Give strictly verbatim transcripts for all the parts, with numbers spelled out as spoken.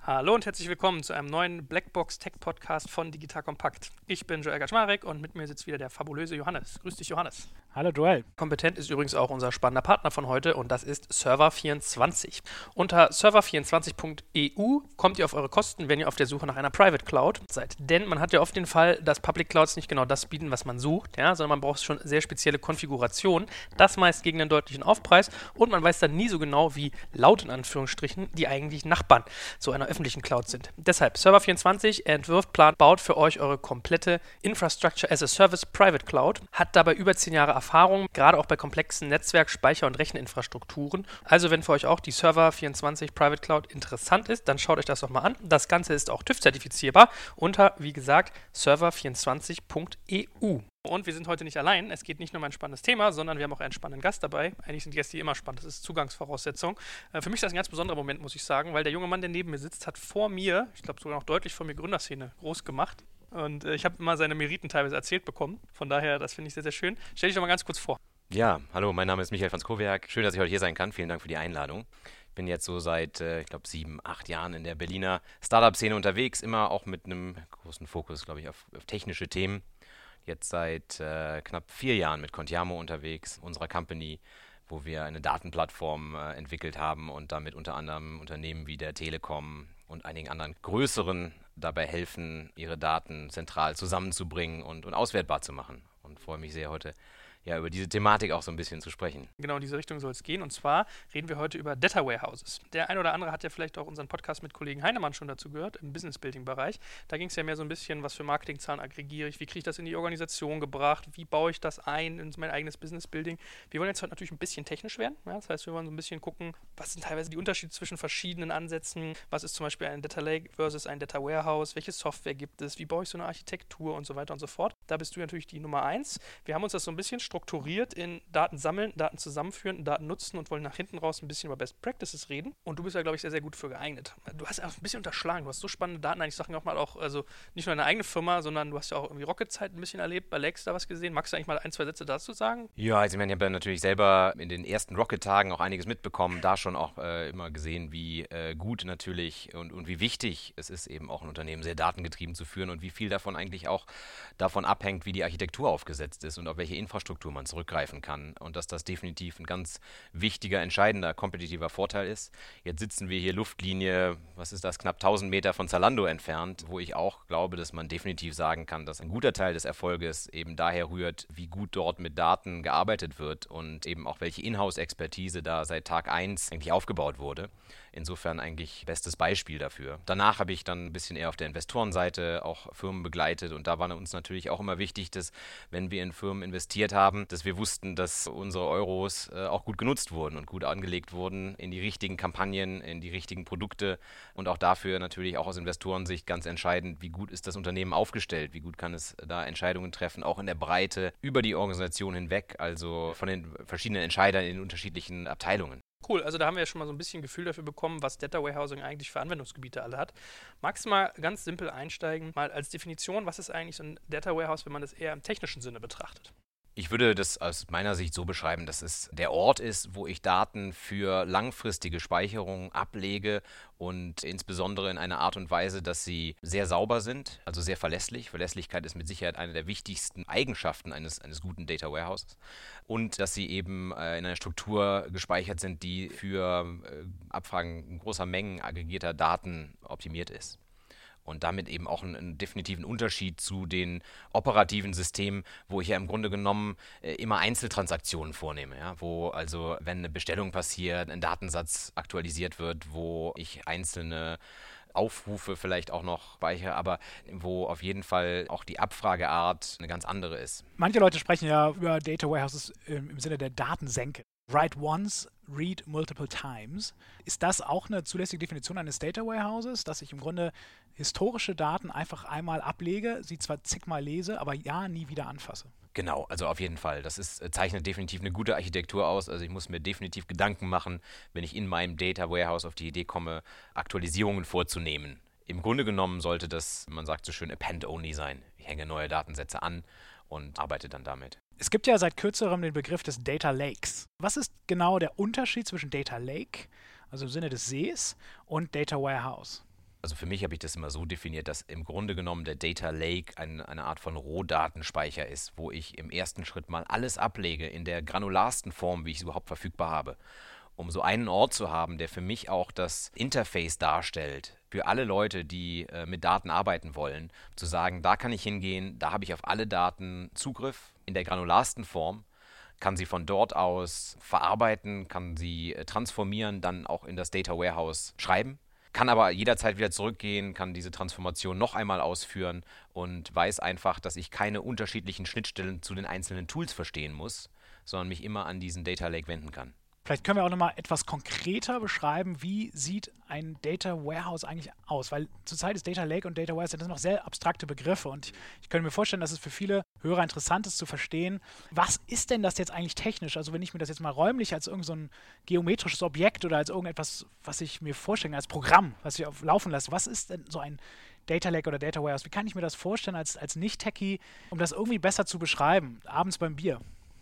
Hallo und herzlich willkommen zu einem neuen Blackbox Tech Podcast von Digital Compact. Ich bin Joel Kaczmarek und mit mir sitzt wieder der fabulöse Johannes. Grüß dich, Johannes. Hallo Joel. Kompetent ist übrigens auch unser spannender Partner von heute und das ist Server vierundzwanzig. Unter server vierundzwanzig punkt e u kommt ihr auf eure Kosten, wenn ihr auf der Suche nach einer Private Cloud seid. Denn man hat ja oft den Fall, dass Public Clouds nicht genau das bieten, was man sucht, ja, sondern man braucht schon sehr spezielle Konfigurationen, das meist gegen einen deutlichen Aufpreis und man weiß dann nie so genau, wie laut in Anführungsstrichen die eigentlich Nachbarn so einer öffentlichen Cloud sind. Deshalb Server vierundzwanzig entwirft, plant, baut für euch eure komplette Infrastructure as a Service Private Cloud, hat dabei über zehn Jahre Erfahrung, gerade auch bei komplexen Netzwerk-, Speicher- und Recheninfrastrukturen. Also wenn für euch auch die Server vierundzwanzig Private Cloud interessant ist, dann schaut euch das doch mal an. Das Ganze ist auch TÜV-zertifizierbar unter, wie gesagt, server vierundzwanzig punkt e u. Und wir sind heute nicht allein. Es geht nicht nur um ein spannendes Thema, sondern wir haben auch einen spannenden Gast dabei. Eigentlich sind die Gäste immer spannend. Das ist Zugangsvoraussetzung. Äh, für mich ist das ein ganz besonderer Moment, muss ich sagen, weil der junge Mann, der neben mir sitzt, hat vor mir, ich glaube sogar noch deutlich vor mir, Gründerszene groß gemacht. Und äh, ich habe immer seine Meriten teilweise erzählt bekommen. Von daher, das finde ich sehr, sehr schön. Stell dich doch mal ganz kurz vor. Ja, hallo, mein Name ist Michael Franzkowiak. Schön, dass ich heute hier sein kann. Vielen Dank für die Einladung. Ich bin jetzt so seit, äh, ich glaube, sieben, acht Jahren in der Berliner Startup-Szene unterwegs. Immer auch mit einem großen Fokus, glaube ich, auf, auf technische Themen. Jetzt seit äh, knapp vier Jahren mit Contiamo unterwegs, unserer Company, wo wir eine Datenplattform äh, entwickelt haben und damit unter anderem Unternehmen wie der Telekom und einigen anderen größeren dabei helfen, ihre Daten zentral zusammenzubringen und, und auswertbar zu machen. Und freue mich sehr, heute ja über diese Thematik auch so ein bisschen zu sprechen. Genau in diese Richtung soll es gehen. Und zwar reden wir heute über Data Warehouses. Der ein oder andere hat ja vielleicht auch unseren Podcast mit Kollegen Heinemann schon dazu gehört, im Business-Building-Bereich. Da ging es ja mehr so ein bisschen, was für Marketingzahlen aggregiere ich, wie kriege ich das in die Organisation gebracht, wie baue ich das ein in mein eigenes Business-Building. Wir wollen jetzt heute natürlich ein bisschen technisch werden. Ja? Das heißt, wir wollen so ein bisschen gucken, was sind teilweise die Unterschiede zwischen verschiedenen Ansätzen, was ist zum Beispiel ein Data Lake versus ein Data Warehouse, welche Software gibt es, wie baue ich so eine Architektur und so weiter und so fort. Da bist du natürlich die Nummer eins. Wir haben uns das so ein bisschen strukturiert in Daten sammeln, Daten zusammenführen, Daten nutzen und wollen nach hinten raus ein bisschen über Best Practices reden. Und du bist ja, glaube ich, sehr, sehr gut für geeignet. Du hast ja auch ein bisschen unterschlagen. Du hast so spannende Daten, eigentlich Sachen auch mal auch, also nicht nur deine eigene Firma, sondern du hast ja auch irgendwie Rocket-Zeit ein bisschen erlebt, bei Lakes da was gesehen. Magst du eigentlich mal ein, zwei Sätze dazu sagen? Ja, also ich meine, ich habe natürlich selber in den ersten Rocket-Tagen auch einiges mitbekommen, da schon auch äh, immer gesehen, wie äh, gut natürlich und, und wie wichtig es ist, eben auch ein Unternehmen sehr datengetrieben zu führen und wie viel davon eigentlich auch davon abhängt, wie die Architektur aufgesetzt ist und auf welche Infrastruktur man zurückgreifen kann und dass das definitiv ein ganz wichtiger, entscheidender, kompetitiver Vorteil ist. Jetzt sitzen wir hier Luftlinie, was ist das, knapp tausend Meter von Zalando entfernt, wo ich auch glaube, dass man definitiv sagen kann, dass ein guter Teil des Erfolges eben daher rührt, wie gut dort mit Daten gearbeitet wird und eben auch welche Inhouse-Expertise da seit Tag eins eigentlich aufgebaut wurde. Insofern eigentlich bestes Beispiel dafür. Danach habe ich dann ein bisschen eher auf der Investorenseite auch Firmen begleitet und da war uns natürlich auch immer wichtig, dass, wenn wir in Firmen investiert haben, dass wir wussten, dass unsere Euros äh, auch gut genutzt wurden und gut angelegt wurden in die richtigen Kampagnen, in die richtigen Produkte und auch dafür natürlich auch aus Investorensicht ganz entscheidend, wie gut ist das Unternehmen aufgestellt, wie gut kann es da Entscheidungen treffen, auch in der Breite über die Organisation hinweg, also von den verschiedenen Entscheidern in den unterschiedlichen Abteilungen. Cool, also da haben wir ja schon mal so ein bisschen Gefühl dafür bekommen, was Data Warehousing eigentlich für Anwendungsgebiete alle hat. Magst du mal ganz simpel einsteigen, mal als Definition, was ist eigentlich so ein Data Warehouse, wenn man das eher im technischen Sinne betrachtet? Ich würde das aus meiner Sicht so beschreiben, dass es der Ort ist, wo ich Daten für langfristige Speicherung ablege und insbesondere in einer Art und Weise, dass sie sehr sauber sind, also sehr verlässlich. Verlässlichkeit ist mit Sicherheit eine der wichtigsten Eigenschaften eines, eines guten Data Warehouses. Und dass sie eben äh, in einer Struktur gespeichert sind, die für äh, Abfragen großer Mengen aggregierter Daten optimiert ist. Und damit eben auch einen, einen definitiven Unterschied zu den operativen Systemen, wo ich ja im Grunde genommen äh, immer Einzeltransaktionen vornehme. Ja? Wo also, wenn eine Bestellung passiert, ein Datensatz aktualisiert wird, wo ich einzelne Aufrufe vielleicht auch noch speichere, aber wo auf jeden Fall auch die Abfrageart eine ganz andere ist. Manche Leute sprechen ja über Data Warehouses im, im Sinne der Datensenke. Write once, read multiple times. Ist das auch eine zulässige Definition eines Data Warehouses, dass ich im Grunde historische Daten einfach einmal ablege, sie zwar zigmal lese, aber ja nie wieder anfasse? Genau, also auf jeden Fall. Das ist, zeichnet definitiv eine gute Architektur aus. Also ich muss mir definitiv Gedanken machen, wenn ich in meinem Data Warehouse auf die Idee komme, Aktualisierungen vorzunehmen. Im Grunde genommen sollte das, man sagt so schön, append-only sein. Ich hänge neue Datensätze an und arbeite dann damit. Es gibt ja seit kürzerem den Begriff des Data Lakes. Was ist genau der Unterschied zwischen Data Lake, also im Sinne des Sees, und Data Warehouse? Also für mich habe ich das immer so definiert, dass im Grunde genommen der Data Lake ein, eine Art von Rohdatenspeicher ist, wo ich im ersten Schritt mal alles ablege in der granularsten Form, wie ich es überhaupt verfügbar habe. Um so einen Ort zu haben, der für mich auch das Interface darstellt, für alle Leute, die äh, mit Daten arbeiten wollen, zu sagen, da kann ich hingehen, da habe ich auf alle Daten Zugriff in der granularsten Form, kann sie von dort aus verarbeiten, kann sie äh, transformieren, dann auch in das Data Warehouse schreiben. Kann aber jederzeit wieder zurückgehen, kann diese Transformation noch einmal ausführen und weiß einfach, dass ich keine unterschiedlichen Schnittstellen zu den einzelnen Tools verstehen muss, sondern mich immer an diesen Data Lake wenden kann. Vielleicht können wir auch nochmal etwas konkreter beschreiben, wie sieht ein Data Warehouse eigentlich aus? Weil zurzeit ist Data Lake und Data Warehouse, das sind noch sehr abstrakte Begriffe und ich, ich könnte mir vorstellen, dass es für viele Hörer interessant ist zu verstehen, was ist denn das jetzt eigentlich technisch? Also wenn ich mir das jetzt mal räumlich als irgend so ein geometrisches Objekt oder als irgendetwas, was ich mir vorstelle, als Programm, was ich auf laufen lasse, was ist denn so ein Data Lake oder Data Warehouse? Wie kann ich mir das vorstellen als, als Nicht-Techie, um das irgendwie besser zu beschreiben, abends beim Bier?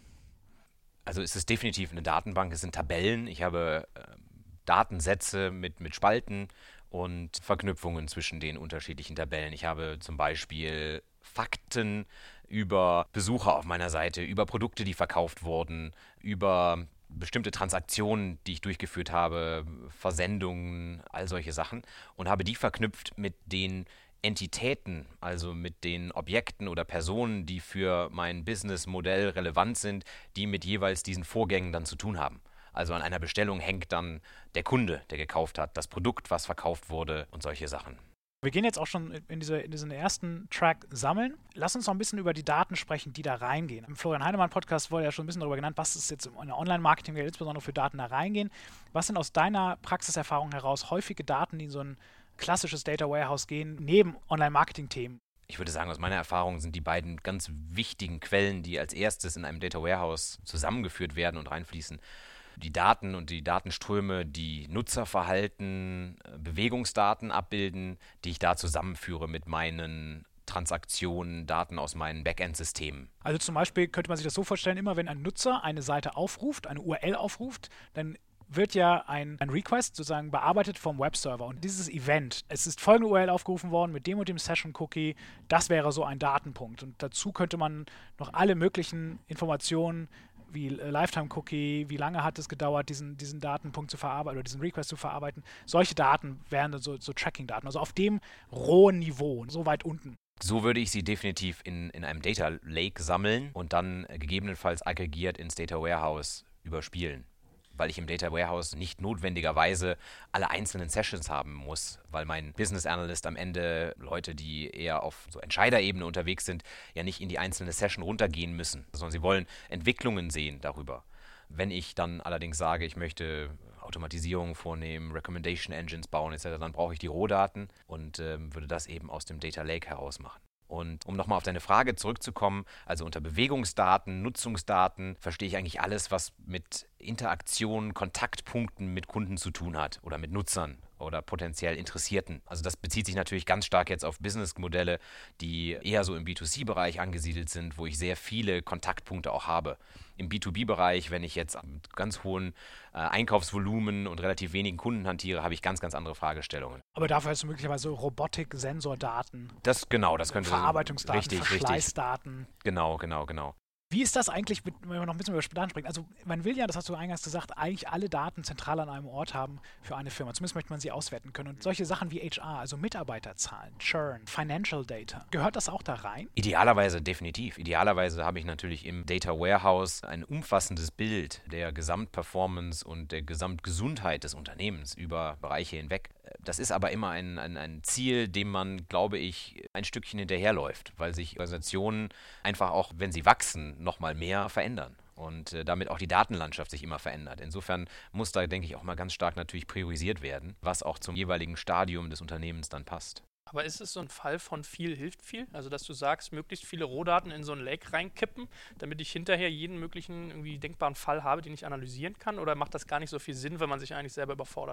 Also es ist definitiv eine Datenbank, es sind Tabellen, ich habe äh, Datensätze mit, mit Spalten und Verknüpfungen zwischen den unterschiedlichen Tabellen. Ich habe zum Beispiel Fakten über Besucher auf meiner Seite, über Produkte, die verkauft wurden, über bestimmte Transaktionen, die ich durchgeführt habe, Versendungen, all solche Sachen und habe die verknüpft mit den Entitäten, also mit den Objekten oder Personen, die für mein Businessmodell relevant sind, die mit jeweils diesen Vorgängen dann zu tun haben. Also an einer Bestellung hängt dann der Kunde, der gekauft hat, das Produkt, was verkauft wurde und solche Sachen. Wir gehen jetzt auch schon in, diese, in diesen ersten Track sammeln. Lass uns noch ein bisschen über die Daten sprechen, die da reingehen. Im Florian Heinemann-Podcast wurde ja schon ein bisschen darüber genannt, was ist jetzt in der Online-Marketing, insbesondere für Daten da reingehen. Was sind aus deiner Praxiserfahrung heraus häufige Daten, die in so ein klassisches Data Warehouse gehen, neben Online-Marketing-Themen? Ich würde sagen, aus meiner Erfahrung sind die beiden ganz wichtigen Quellen, die als erstes in einem Data Warehouse zusammengeführt werden und reinfließen, die Daten und die Datenströme, die Nutzerverhalten, Bewegungsdaten abbilden, die ich da zusammenführe mit meinen Transaktionen, Daten aus meinen Backend-Systemen. Also zum Beispiel könnte man sich das so vorstellen, immer wenn ein Nutzer eine Seite aufruft, eine U R L aufruft, dann wird ja ein, ein Request sozusagen bearbeitet vom Webserver. Und dieses Event, es ist folgende U R L aufgerufen worden mit dem und dem Session-Cookie, das wäre so ein Datenpunkt. Und dazu könnte man noch alle möglichen Informationen wie Lifetime-Cookie, wie lange hat es gedauert, diesen, diesen Datenpunkt zu verarbeiten oder diesen Request zu verarbeiten. Solche Daten wären dann so, so Tracking-Daten, also auf dem rohen Niveau, so weit unten. So würde ich sie definitiv in, in einem Data Lake sammeln und dann gegebenenfalls aggregiert ins Data Warehouse überspielen. Weil ich im Data Warehouse nicht notwendigerweise alle einzelnen Sessions haben muss, weil mein Business Analyst am Ende, Leute, die eher auf so Entscheiderebene unterwegs sind, ja nicht in die einzelne Session runtergehen müssen, sondern sie wollen Entwicklungen sehen darüber. Wenn ich dann allerdings sage, ich möchte Automatisierung vornehmen, Recommendation Engines bauen et cetera, dann brauche ich die Rohdaten und ähm, würde das eben aus dem Data Lake heraus machen. Und um nochmal auf deine Frage zurückzukommen, also unter Bewegungsdaten, Nutzungsdaten verstehe ich eigentlich alles, was mit Interaktionen, Kontaktpunkten mit Kunden zu tun hat oder mit Nutzern oder potenziell Interessierten. Also das bezieht sich natürlich ganz stark jetzt auf Businessmodelle, die eher so im B zwei C-Bereich angesiedelt sind, wo ich sehr viele Kontaktpunkte auch habe. Im B zwei B-Bereich, wenn ich jetzt mit ganz hohen äh, Einkaufsvolumen und relativ wenigen Kunden hantiere, habe ich ganz, ganz andere Fragestellungen. Aber dafür hast du möglicherweise Robotik, Sensordaten. Das genau, das könnte Verarbeitungsdaten, richtig, Verschleißdaten. Richtig. Genau, genau, genau. Wie ist das eigentlich, wenn wir noch ein bisschen über Daten sprechen? Also man will ja, das hast du eingangs gesagt, eigentlich alle Daten zentral an einem Ort haben für eine Firma. Zumindest möchte man sie auswerten können. Und solche Sachen wie H R, also Mitarbeiterzahlen, Churn, Financial Data, gehört das auch da rein? Idealerweise definitiv. Idealerweise habe ich natürlich im Data Warehouse ein umfassendes Bild der Gesamtperformance und der Gesamtgesundheit des Unternehmens über Bereiche hinweg. Das ist aber immer ein, ein, ein Ziel, dem man, glaube ich, ein Stückchen hinterherläuft, weil sich Organisationen einfach auch, wenn sie wachsen, nochmal mehr verändern und äh, damit auch die Datenlandschaft sich immer verändert. Insofern muss da, denke ich, auch mal ganz stark natürlich priorisiert werden, was auch zum jeweiligen Stadium des Unternehmens dann passt. Aber ist es so ein Fall von viel hilft viel? Also, dass du sagst, möglichst viele Rohdaten in so ein Lake reinkippen, damit ich hinterher jeden möglichen irgendwie denkbaren Fall habe, den ich analysieren kann? Oder macht das gar nicht so viel Sinn, wenn man sich eigentlich selber überfordert?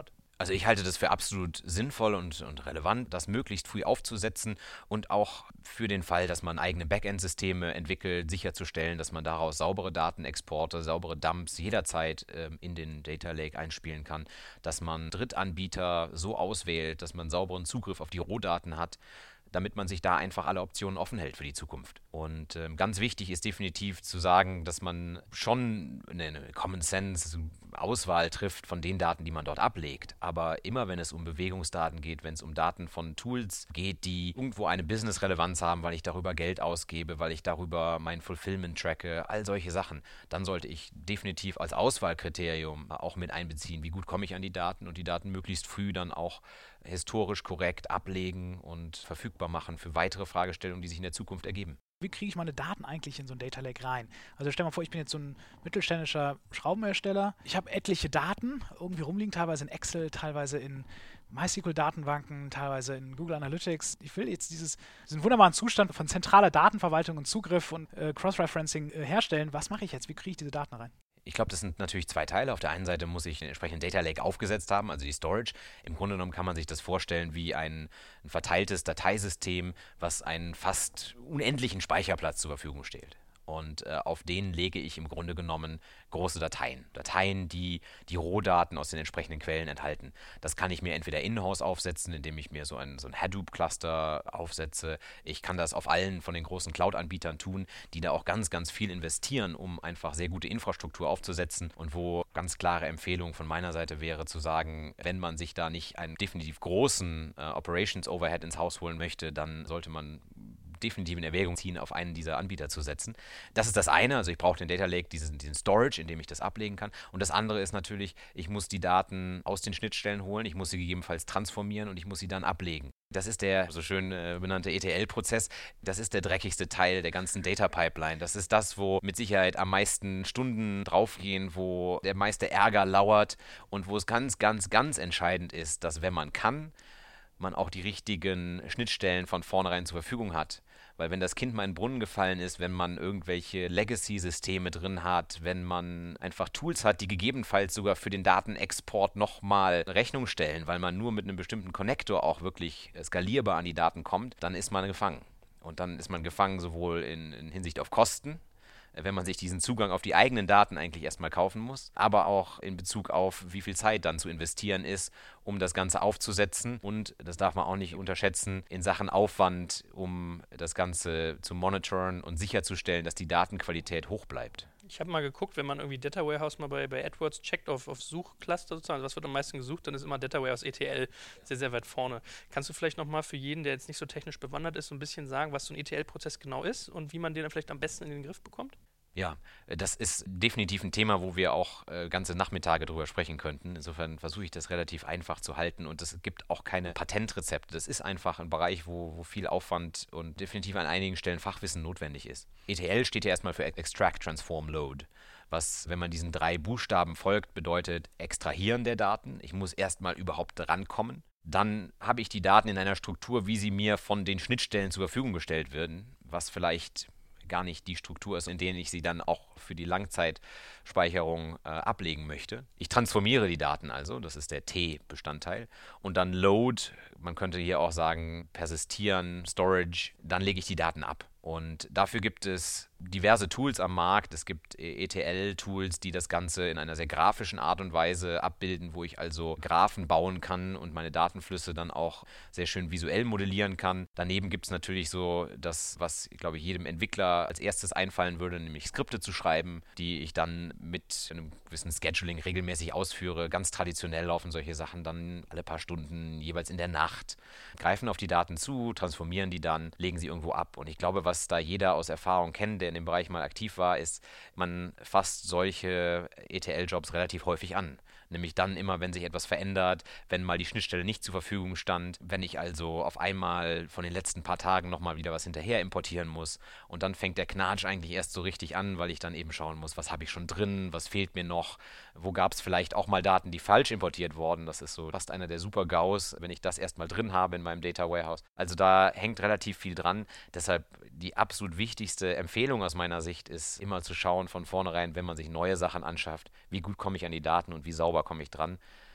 Also ich halte das für absolut sinnvoll und, und relevant, das möglichst früh aufzusetzen und auch für den Fall, dass man eigene Backend-Systeme entwickelt, sicherzustellen, dass man daraus saubere Datenexporte, saubere Dumps jederzeit ähm, in den Data Lake einspielen kann, dass man Drittanbieter so auswählt, dass man sauberen Zugriff auf die Rohdaten hat, damit man sich da einfach alle Optionen offen hält für die Zukunft. Und ähm, ganz wichtig ist definitiv zu sagen, dass man schon eine, eine Common Sense Auswahl trifft von den Daten, die man dort ablegt. Aber immer wenn es um Bewegungsdaten geht, wenn es um Daten von Tools geht, die irgendwo eine Business-Relevanz haben, weil ich darüber Geld ausgebe, weil ich darüber mein Fulfillment tracke, all solche Sachen, dann sollte ich definitiv als Auswahlkriterium auch mit einbeziehen, wie gut komme ich an die Daten und die Daten möglichst früh dann auch historisch korrekt ablegen und verfügbar machen für weitere Fragestellungen, die sich in der Zukunft ergeben. Wie kriege ich meine Daten eigentlich in so ein Data Lake rein? Also stell mal vor, ich bin jetzt so ein mittelständischer Schraubenhersteller. Ich habe etliche Daten irgendwie rumliegen, teilweise in Excel, teilweise in MySQL-Datenbanken, teilweise in Google Analytics. Ich will jetzt dieses, diesen wunderbaren Zustand von zentraler Datenverwaltung und Zugriff und äh, Cross-Referencing äh, herstellen. Was mache ich jetzt? Wie kriege ich diese Daten rein? Ich glaube, das sind natürlich zwei Teile. Auf der einen Seite muss ich den entsprechenden Data Lake aufgesetzt haben, also die Storage. Im Grunde genommen kann man sich das vorstellen wie ein, ein verteiltes Dateisystem, was einen fast unendlichen Speicherplatz zur Verfügung stellt. Und äh, auf den lege ich im Grunde genommen große Dateien. Dateien, die die Rohdaten aus den entsprechenden Quellen enthalten. Das kann ich mir entweder in-house aufsetzen, indem ich mir so ein, so ein Hadoop-Cluster aufsetze. Ich kann das auf allen von den großen Cloud-Anbietern tun, die da auch ganz, ganz viel investieren, um einfach sehr gute Infrastruktur aufzusetzen und wo ganz klare Empfehlung von meiner Seite wäre, zu sagen, wenn man sich da nicht einen definitiv großen äh, Operations-Overhead ins Haus holen möchte, dann sollte man definitiv in Erwägung ziehen, auf einen dieser Anbieter zu setzen. Das ist das eine, also ich brauche den Data Lake, diesen, diesen Storage, in dem ich das ablegen kann. Und das andere ist natürlich, ich muss die Daten aus den Schnittstellen holen, ich muss sie gegebenenfalls transformieren und ich muss sie dann ablegen. Das ist der so schön äh, benannte E T L-Prozess. Das ist der dreckigste Teil der ganzen Data Pipeline. Das ist das, wo mit Sicherheit am meisten Stunden draufgehen, wo der meiste Ärger lauert und wo es ganz, ganz, ganz entscheidend ist, dass wenn man kann, man auch die richtigen Schnittstellen von vornherein zur Verfügung hat. Weil wenn das Kind mal in den Brunnen gefallen ist, wenn man irgendwelche Legacy-Systeme drin hat, wenn man einfach Tools hat, die gegebenenfalls sogar für den Datenexport nochmal Rechnung stellen, weil man nur mit einem bestimmten Connector auch wirklich skalierbar an die Daten kommt, dann ist man gefangen. Und dann ist man gefangen sowohl in, in Hinsicht auf Kosten, wenn man sich diesen Zugang auf die eigenen Daten eigentlich erstmal kaufen muss, aber auch in Bezug auf, wie viel Zeit dann zu investieren ist, um das Ganze aufzusetzen. Und das darf man auch nicht unterschätzen, in Sachen Aufwand, um das Ganze zu monitoren und sicherzustellen, dass die Datenqualität hoch bleibt. Ich habe mal geguckt, wenn man irgendwie Data Warehouse mal bei, bei AdWords checkt auf, auf Suchcluster sozusagen, also was wird am meisten gesucht, dann ist immer Data Warehouse E T L sehr, sehr weit vorne. Kannst du vielleicht nochmal für jeden, der jetzt nicht so technisch bewandert ist, so ein bisschen sagen, was so ein E T L-Prozess genau ist und wie man den dann vielleicht am besten in den Griff bekommt? Ja, das ist definitiv ein Thema, wo wir auch äh, ganze Nachmittage drüber sprechen könnten. Insofern versuche ich das relativ einfach zu halten und es gibt auch keine Patentrezepte. Das ist einfach ein Bereich, wo, wo viel Aufwand und definitiv an einigen Stellen Fachwissen notwendig ist. E T L steht ja erstmal für Extract, Transform, Load. Was, wenn man diesen drei Buchstaben folgt, bedeutet Extrahieren der Daten. Ich muss erstmal überhaupt drankommen. Dann habe ich die Daten in einer Struktur, wie sie mir von den Schnittstellen zur Verfügung gestellt werden, was vielleicht gar nicht die Struktur ist, in der ich sie dann auch für die Langzeitspeicherung äh, ablegen möchte. Ich transformiere die Daten also, das ist der T-Bestandteil. Und dann Load, man könnte hier auch sagen Persistieren, Storage, dann lege ich die Daten ab. Und dafür gibt es diverse Tools am Markt. Es gibt E T L-Tools, die das Ganze in einer sehr grafischen Art und Weise abbilden, wo ich also Graphen bauen kann und meine Datenflüsse dann auch sehr schön visuell modellieren kann. Daneben gibt es natürlich so das, was, glaube ich, jedem Entwickler als erstes einfallen würde, nämlich Skripte zu schreiben, die ich dann mit einem gewissen Scheduling regelmäßig ausführe. Ganz traditionell laufen solche Sachen dann alle paar Stunden, jeweils in der Nacht, greifen auf die Daten zu, transformieren die dann, legen sie irgendwo ab. Und ich glaube, was da jeder aus Erfahrung kennt, der in dem Bereich mal aktiv war, ist, man fasst solche E T L-Jobs relativ häufig an. Nämlich dann immer, wenn sich etwas verändert, wenn mal die Schnittstelle nicht zur Verfügung stand, wenn ich also auf einmal von den letzten paar Tagen nochmal wieder was hinterher importieren muss. Und dann fängt der Knatsch eigentlich erst so richtig an, weil ich dann eben schauen muss, was habe ich schon drin, was fehlt mir noch, wo gab es vielleicht auch mal Daten, die falsch importiert wurden. Das ist so fast einer der Super-GAUs, wenn ich das erstmal drin habe in meinem Data Warehouse. Also da hängt relativ viel dran. Deshalb die absolut wichtigste Empfehlung aus meiner Sicht ist, immer zu schauen von vornherein, wenn man sich neue Sachen anschafft, wie gut komme ich an die Daten und wie sauber komme ich dran.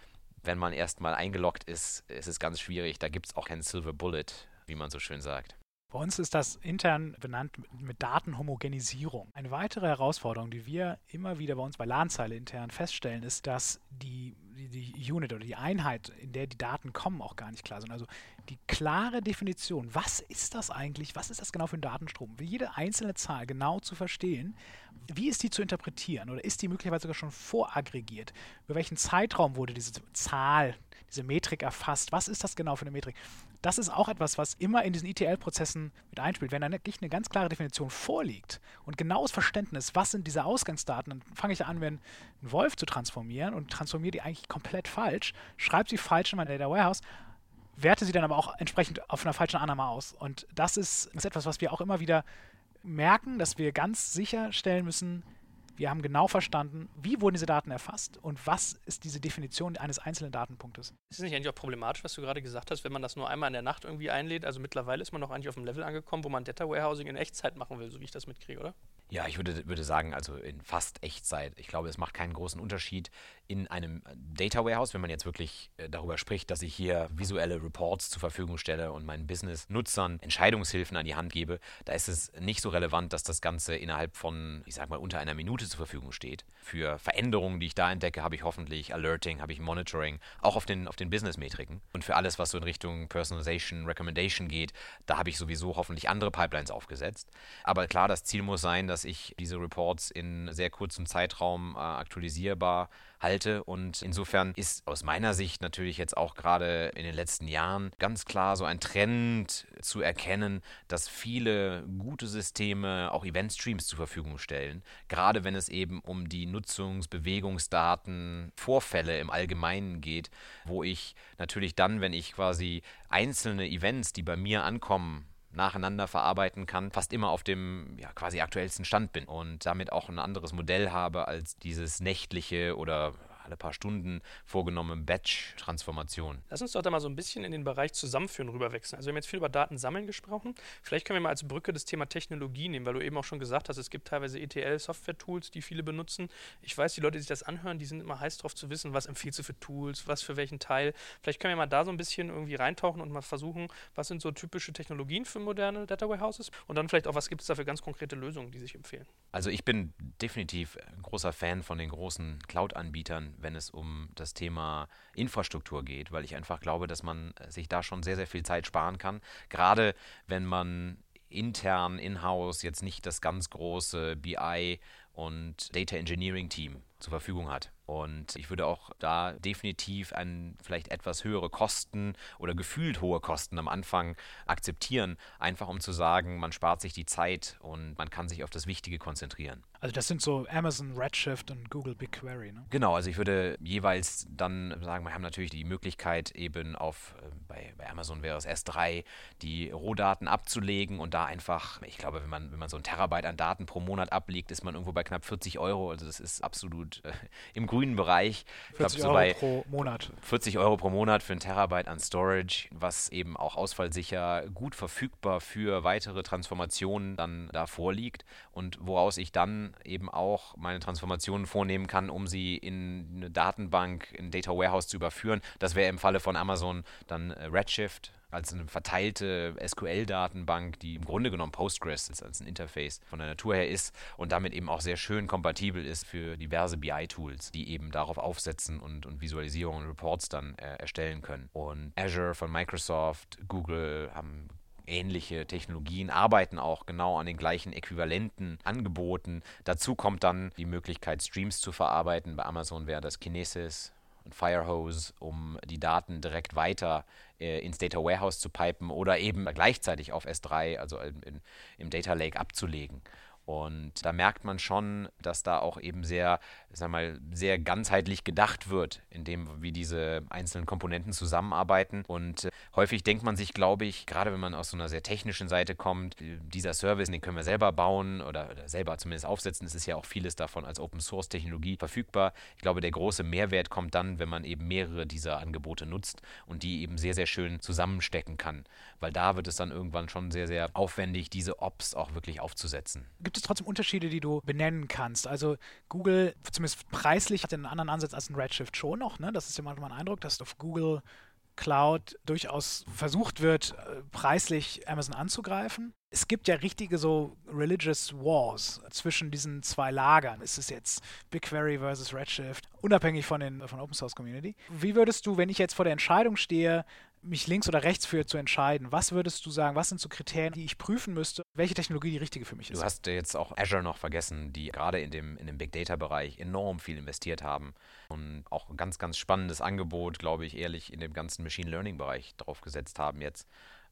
wenn man erstmal eingeloggt ist, ist es ganz schwierig. Da gibt es auch kein Silver Bullet, wie man so schön sagt. Bei uns ist das intern benannt mit Datenhomogenisierung. Eine weitere Herausforderung, die wir immer wieder bei uns bei LAN-Zeile intern feststellen, ist, dass die, die, die Unit oder die Einheit, in der die Daten kommen, auch gar nicht klar sind. Also die klare Definition, was ist das eigentlich, was ist das genau für ein Datenstrom? Wie jede einzelne Zahl genau zu verstehen, wie ist die zu interpretieren oder ist die möglicherweise sogar schon voraggregiert? Über welchen Zeitraum wurde diese Zahl, diese Metrik erfasst? Was ist das genau für eine Metrik? Das ist auch etwas, was immer in diesen E T L-Prozessen mit einspielt. Wenn da wirklich eine ganz klare Definition vorliegt und genaues Verständnis, was sind diese Ausgangsdaten, dann fange ich an, einen Wolf zu transformieren und transformiere die eigentlich komplett falsch, schreibe sie falsch in mein Data Warehouse, werte sie dann aber auch entsprechend auf einer falschen Annahme aus. Und das ist, ist etwas, was wir auch immer wieder merken, dass wir ganz sicherstellen müssen, wir haben genau verstanden, wie wurden diese Daten erfasst und was ist diese Definition eines einzelnen Datenpunktes. Ist es nicht eigentlich auch problematisch, was du gerade gesagt hast, wenn man das nur einmal in der Nacht irgendwie einlädt? Also mittlerweile ist man doch eigentlich auf dem Level angekommen, wo man Data Warehousing in Echtzeit machen will, so wie ich das mitkriege, oder? Ja, ich würde, würde sagen, also in fast Echtzeit. Ich glaube, es macht keinen großen Unterschied in einem Data Warehouse, wenn man jetzt wirklich äh, darüber spricht, dass ich hier visuelle Reports zur Verfügung stelle und meinen Business-Nutzern Entscheidungshilfen an die Hand gebe. Da ist es nicht so relevant, dass das Ganze innerhalb von, ich sag mal, unter einer Minute zur Verfügung steht. Für Veränderungen, die ich da entdecke, habe ich hoffentlich Alerting, habe ich Monitoring, auch auf den, auf den Business-Metriken. Und für alles, was so in Richtung Personalization, Recommendation geht, da habe ich sowieso hoffentlich andere Pipelines aufgesetzt. Aber klar, das Ziel muss sein, dass ich diese Reports in sehr kurzem Zeitraum äh, aktualisierbar halte und insofern ist aus meiner Sicht natürlich jetzt auch gerade in den letzten Jahren ganz klar so ein Trend zu erkennen, dass viele gute Systeme auch Event-Streams zur Verfügung stellen, gerade wenn es eben um die Nutzungs-, Bewegungsdaten, Vorfälle im Allgemeinen geht, wo ich natürlich dann, wenn ich quasi einzelne Events, die bei mir ankommen, nacheinander verarbeiten kann, fast immer auf dem ja, quasi aktuellsten Stand bin und damit auch ein anderes Modell habe als dieses nächtliche oder alle paar Stunden vorgenommene Batch-Transformation. Lass uns doch da mal so ein bisschen in den Bereich Zusammenführen rüberwechseln. Also wir haben jetzt viel über Daten sammeln gesprochen. Vielleicht können wir mal als Brücke das Thema Technologie nehmen, weil du eben auch schon gesagt hast, es gibt teilweise E T L-Software-Tools, die viele benutzen. Ich weiß, die Leute, die sich das anhören, die sind immer heiß drauf zu wissen, was empfiehlst du für Tools, was für welchen Teil. Vielleicht können wir mal da so ein bisschen irgendwie reintauchen und mal versuchen, was sind so typische Technologien für moderne Data Warehouses und dann vielleicht auch, was gibt es da für ganz konkrete Lösungen, die sich empfehlen. Also ich bin definitiv ein großer Fan von den großen Cloud-Anbietern, wenn es um das Thema Infrastruktur geht, weil ich einfach glaube, dass man sich da schon sehr, sehr viel Zeit sparen kann. Gerade wenn man intern, in-house jetzt nicht das ganz große B I und Data Engineering Team zur Verfügung hat. Und ich würde auch da definitiv ein vielleicht etwas höhere Kosten oder gefühlt hohe Kosten am Anfang akzeptieren, einfach um zu sagen, man spart sich die Zeit und man kann sich auf das Wichtige konzentrieren. Also das sind so Amazon Redshift und Google BigQuery, ne? Genau, also ich würde jeweils dann sagen, wir haben natürlich die Möglichkeit eben auf, bei, bei Amazon wäre es S drei, die Rohdaten abzulegen und da einfach, ich glaube, wenn man, wenn man so ein Terabyte an Daten pro Monat ablegt, ist man irgendwo bei knapp vierzig Euro, also das ist absolut äh, im grünen Bereich. vierzig ich glaub, so Euro bei pro Monat. vierzig Euro pro Monat für ein Terabyte an Storage, was eben auch ausfallsicher gut verfügbar für weitere Transformationen dann da vorliegt und woraus ich dann eben auch meine Transformationen vornehmen kann, um sie in eine Datenbank, in ein Data Warehouse zu überführen. Das wäre im Falle von Amazon dann Redshift als eine verteilte S Q L-Datenbank, die im Grunde genommen Postgres als ein Interface von der Natur her ist und damit eben auch sehr schön kompatibel ist für diverse B I-Tools, die eben darauf aufsetzen und, und Visualisierungen und Reports dann äh, erstellen können. Und Azure von Microsoft, Google haben ähnliche Technologien, arbeiten auch genau an den gleichen äquivalenten Angeboten. Dazu kommt dann die Möglichkeit, Streams zu verarbeiten. Bei Amazon wäre das Kinesis und Firehose, um die Daten direkt weiter äh, ins Data Warehouse zu pipen oder eben gleichzeitig auf S drei, also in, in, im Data Lake abzulegen. Und da merkt man schon, dass da auch eben sehr, sag mal, sehr ganzheitlich gedacht wird, in dem, wie diese einzelnen Komponenten zusammenarbeiten. Und äh, häufig denkt man sich, glaube ich, gerade wenn man aus so einer sehr technischen Seite kommt, dieser Service, den können wir selber bauen oder, oder selber zumindest aufsetzen. Es ist ja auch vieles davon als Open-Source-Technologie verfügbar. Ich glaube, der große Mehrwert kommt dann, wenn man eben mehrere dieser Angebote nutzt und die eben sehr, sehr schön zusammenstecken kann. Weil da wird es dann irgendwann schon sehr, sehr aufwendig, diese Ops auch wirklich aufzusetzen. Gibt Gibt es trotzdem Unterschiede, die du benennen kannst? Also Google, zumindest preislich, hat einen anderen Ansatz als ein Redshift schon noch. Ne? Das ist ja manchmal ein Eindruck, dass auf Google Cloud durchaus versucht wird, preislich Amazon anzugreifen. Es gibt ja richtige so Religious Wars zwischen diesen zwei Lagern. Ist es jetzt BigQuery versus Redshift, unabhängig von, den, von Open Source Community? Wie würdest du, wenn ich jetzt vor der Entscheidung stehe, mich links oder rechts für zu entscheiden, was würdest du sagen, was sind so Kriterien, die ich prüfen müsste, welche Technologie die richtige für mich ist? Du hast jetzt auch Azure noch vergessen, die gerade in dem, in dem Big-Data-Bereich enorm viel investiert haben und auch ein ganz, ganz spannendes Angebot, glaube ich, ehrlich in dem ganzen Machine-Learning-Bereich draufgesetzt haben jetzt,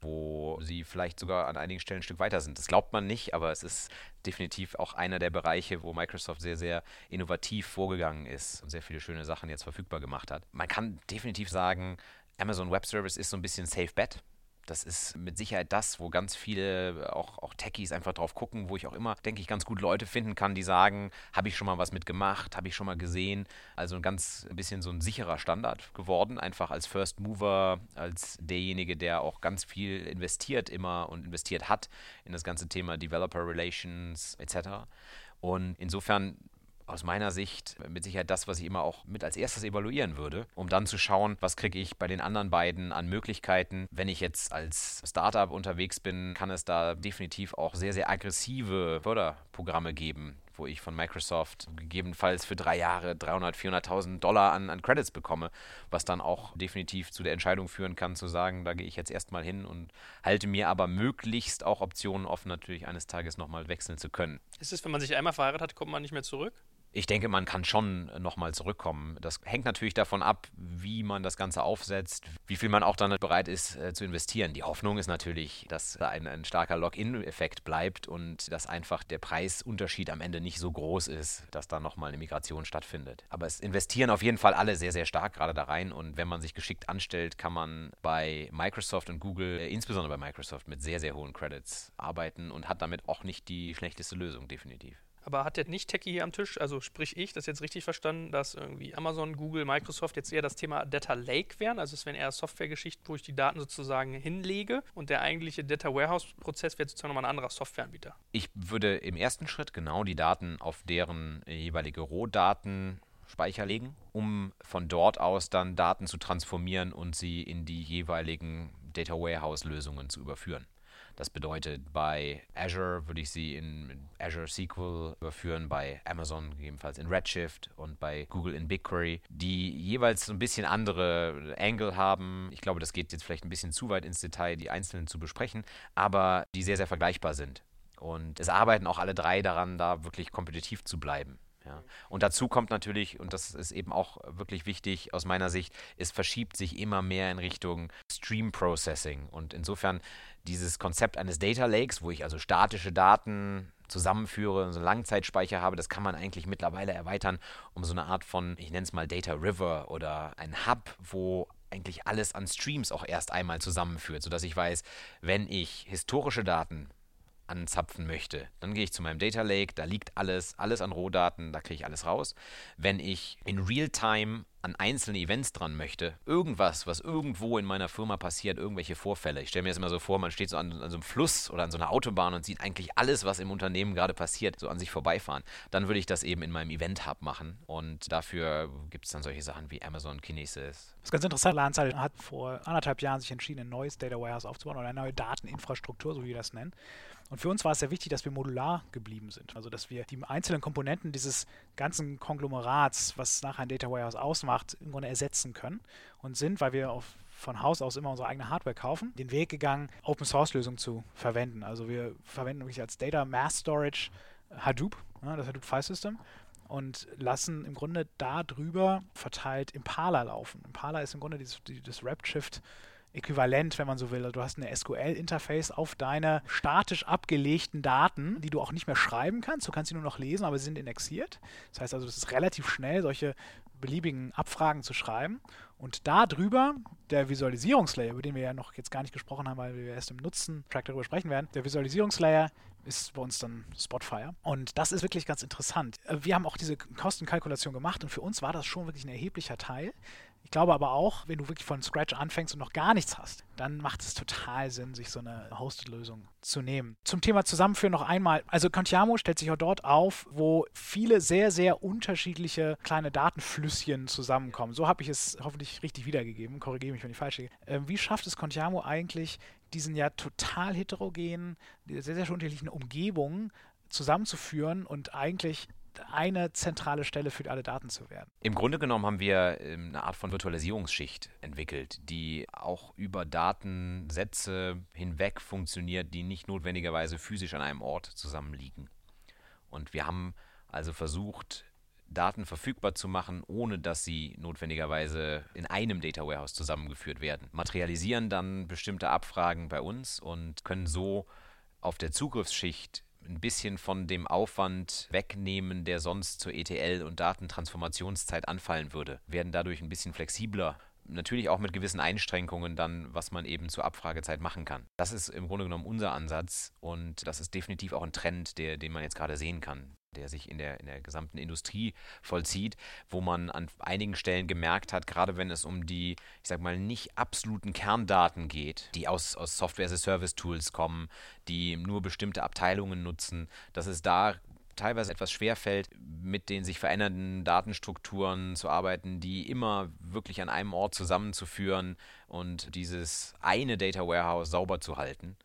wo sie vielleicht sogar an einigen Stellen ein Stück weiter sind. Das glaubt man nicht, aber es ist definitiv auch einer der Bereiche, wo Microsoft sehr, sehr innovativ vorgegangen ist und sehr viele schöne Sachen jetzt verfügbar gemacht hat. Man kann definitiv sagen, Amazon Web Service ist so ein bisschen Safe Bet. Das ist mit Sicherheit das, wo ganz viele, auch, auch Techies einfach drauf gucken, wo ich auch immer, denke ich, ganz gut Leute finden kann, die sagen, habe ich schon mal was mitgemacht, habe ich schon mal gesehen. Also ein ganz ein bisschen so ein sicherer Standard geworden, einfach als First Mover, als derjenige, der auch ganz viel investiert immer und investiert hat in das ganze Thema Developer Relations et cetera. Und insofern aus meiner Sicht mit Sicherheit das, was ich immer auch mit als erstes evaluieren würde, um dann zu schauen, was kriege ich bei den anderen beiden an Möglichkeiten. Wenn ich jetzt als Startup unterwegs bin, kann es da definitiv auch sehr, sehr aggressive Förderprogramme geben, wo ich von Microsoft gegebenenfalls für drei Jahre dreihundert, vierhunderttausend Dollar an, an Credits bekomme, was dann auch definitiv zu der Entscheidung führen kann, zu sagen, da gehe ich jetzt erstmal hin und halte mir aber möglichst auch Optionen offen, natürlich eines Tages nochmal wechseln zu können. Ist es, wenn man sich einmal verheiratet hat, kommt man nicht mehr zurück? Ich denke, man kann schon nochmal zurückkommen. Das hängt natürlich davon ab, wie man das Ganze aufsetzt, wie viel man auch dann bereit ist äh, zu investieren. Die Hoffnung ist natürlich, dass da ein, ein starker Login-Effekt bleibt und dass einfach der Preisunterschied am Ende nicht so groß ist, dass da nochmal eine Migration stattfindet. Aber es investieren auf jeden Fall alle sehr, sehr stark gerade da rein und wenn man sich geschickt anstellt, kann man bei Microsoft und Google, äh, insbesondere bei Microsoft, mit sehr, sehr hohen Credits arbeiten und hat damit auch nicht die schlechteste Lösung, definitiv. Aber hat der Nicht-Techie hier am Tisch, also sprich ich, das jetzt richtig verstanden, dass irgendwie Amazon, Google, Microsoft jetzt eher das Thema Data Lake wären? Also es wären eher Softwaregeschichten, wo ich die Daten sozusagen hinlege und der eigentliche Data Warehouse-Prozess wäre sozusagen nochmal ein anderer Softwareanbieter. Ich würde im ersten Schritt genau die Daten auf deren jeweilige Rohdatenspeicher legen, um von dort aus dann Daten zu transformieren und sie in die jeweiligen Data Warehouse-Lösungen zu überführen. Das bedeutet, bei Azure würde ich sie in Azure S Q L überführen, bei Amazon gegebenenfalls in Redshift und bei Google in BigQuery, die jeweils so ein bisschen andere Angle haben. Ich glaube, das geht jetzt vielleicht ein bisschen zu weit ins Detail, die einzelnen zu besprechen, aber die sehr, sehr vergleichbar sind. Und es arbeiten auch alle drei daran, da wirklich kompetitiv zu bleiben. Ja. Und dazu kommt natürlich, und das ist eben auch wirklich wichtig aus meiner Sicht, es verschiebt sich immer mehr in Richtung Stream Processing. Und insofern dieses Konzept eines Data Lakes, wo ich also statische Daten zusammenführe und so einen Langzeitspeicher habe, das kann man eigentlich mittlerweile erweitern um so eine Art von, ich nenne es mal Data River oder ein Hub, wo eigentlich alles an Streams auch erst einmal zusammenführt, sodass ich weiß, wenn ich historische Daten anzapfen möchte, dann gehe ich zu meinem Data Lake, da liegt alles, alles an Rohdaten, da kriege ich alles raus. Wenn ich in Realtime an einzelne Events dran möchte, irgendwas, was irgendwo in meiner Firma passiert, irgendwelche Vorfälle. Ich stelle mir das immer so vor, man steht so an, an so einem Fluss oder an so einer Autobahn und sieht eigentlich alles, was im Unternehmen gerade passiert, so an sich vorbeifahren. Dann würde ich das eben in meinem Event-Hub machen und dafür gibt es dann solche Sachen wie Amazon Kinesis. Das ist ganz interessant. Lansal hat vor anderthalb Jahren sich entschieden, ein neues Data Warehouse aufzubauen oder eine neue Dateninfrastruktur, so wie wir das nennen. Und für uns war es sehr wichtig, dass wir modular geblieben sind. Also, dass wir die einzelnen Komponenten dieses ganzen Konglomerats, was nachher ein Data Warehouse ausmacht, im Grunde ersetzen können und sind, weil wir auf, von Haus aus immer unsere eigene Hardware kaufen, den Weg gegangen, Open-Source-Lösungen zu verwenden. Also, wir verwenden wirklich als Data Mass Storage Hadoop, ja, das Hadoop File System, und lassen im Grunde da drüber verteilt Impala laufen. Impala ist im Grunde dieses, das Redshift Äquivalent, wenn man so will. Also du hast eine S Q L-Interface auf deine statisch abgelegten Daten, die du auch nicht mehr schreiben kannst. Du kannst sie nur noch lesen, aber sie sind indexiert. Das heißt also, es ist relativ schnell, solche beliebigen Abfragen zu schreiben. Und da drüber, der Visualisierungslayer, über den wir ja noch jetzt gar nicht gesprochen haben, weil wir erst im Nutzen-Track darüber sprechen werden, der Visualisierungslayer ist bei uns dann Spotfire. Und das ist wirklich ganz interessant. Wir haben auch diese Kostenkalkulation gemacht und für uns war das schon wirklich ein erheblicher Teil, Ich glaube aber auch, wenn du wirklich von Scratch anfängst und noch gar nichts hast, dann macht es total Sinn, sich so eine Hosted-Lösung zu nehmen. Zum Thema Zusammenführen noch einmal. Also Contiamo stellt sich auch dort auf, wo viele sehr, sehr unterschiedliche kleine Datenflüsschen zusammenkommen. So habe ich es hoffentlich richtig wiedergegeben. Korrigiere mich, wenn ich falsch liege. Ähm, wie schafft es Contiamo eigentlich, diesen ja total heterogenen, sehr, sehr unterschiedlichen Umgebungen zusammenzuführen und eigentlich eine zentrale Stelle für alle Daten zu werden? Im Grunde genommen haben wir eine Art von Virtualisierungsschicht entwickelt, die auch über Datensätze hinweg funktioniert, die nicht notwendigerweise physisch an einem Ort zusammenliegen. Und wir haben also versucht, Daten verfügbar zu machen, ohne dass sie notwendigerweise in einem Data Warehouse zusammengeführt werden. Materialisieren dann bestimmte Abfragen bei uns und können so auf der Zugriffsschicht ein bisschen von dem Aufwand wegnehmen, der sonst zur E T L- und Datentransformationszeit anfallen würde. Werden dadurch ein bisschen flexibler. Natürlich auch mit gewissen Einschränkungen dann, was man eben zur Abfragezeit machen kann. Das ist im Grunde genommen unser Ansatz und das ist definitiv auch ein Trend, der, den man jetzt gerade sehen kann, der sich in der, in der gesamten Industrie vollzieht, wo man an einigen Stellen gemerkt hat, gerade wenn es um die, ich sag mal, nicht absoluten Kerndaten geht, die aus, aus Software-as-a-Service-Tools kommen, die nur bestimmte Abteilungen nutzen, dass es da teilweise etwas schwerfällt, mit den sich verändernden Datenstrukturen zu arbeiten, die immer wirklich an einem Ort zusammenzuführen und dieses eine Data Warehouse sauber zu halten.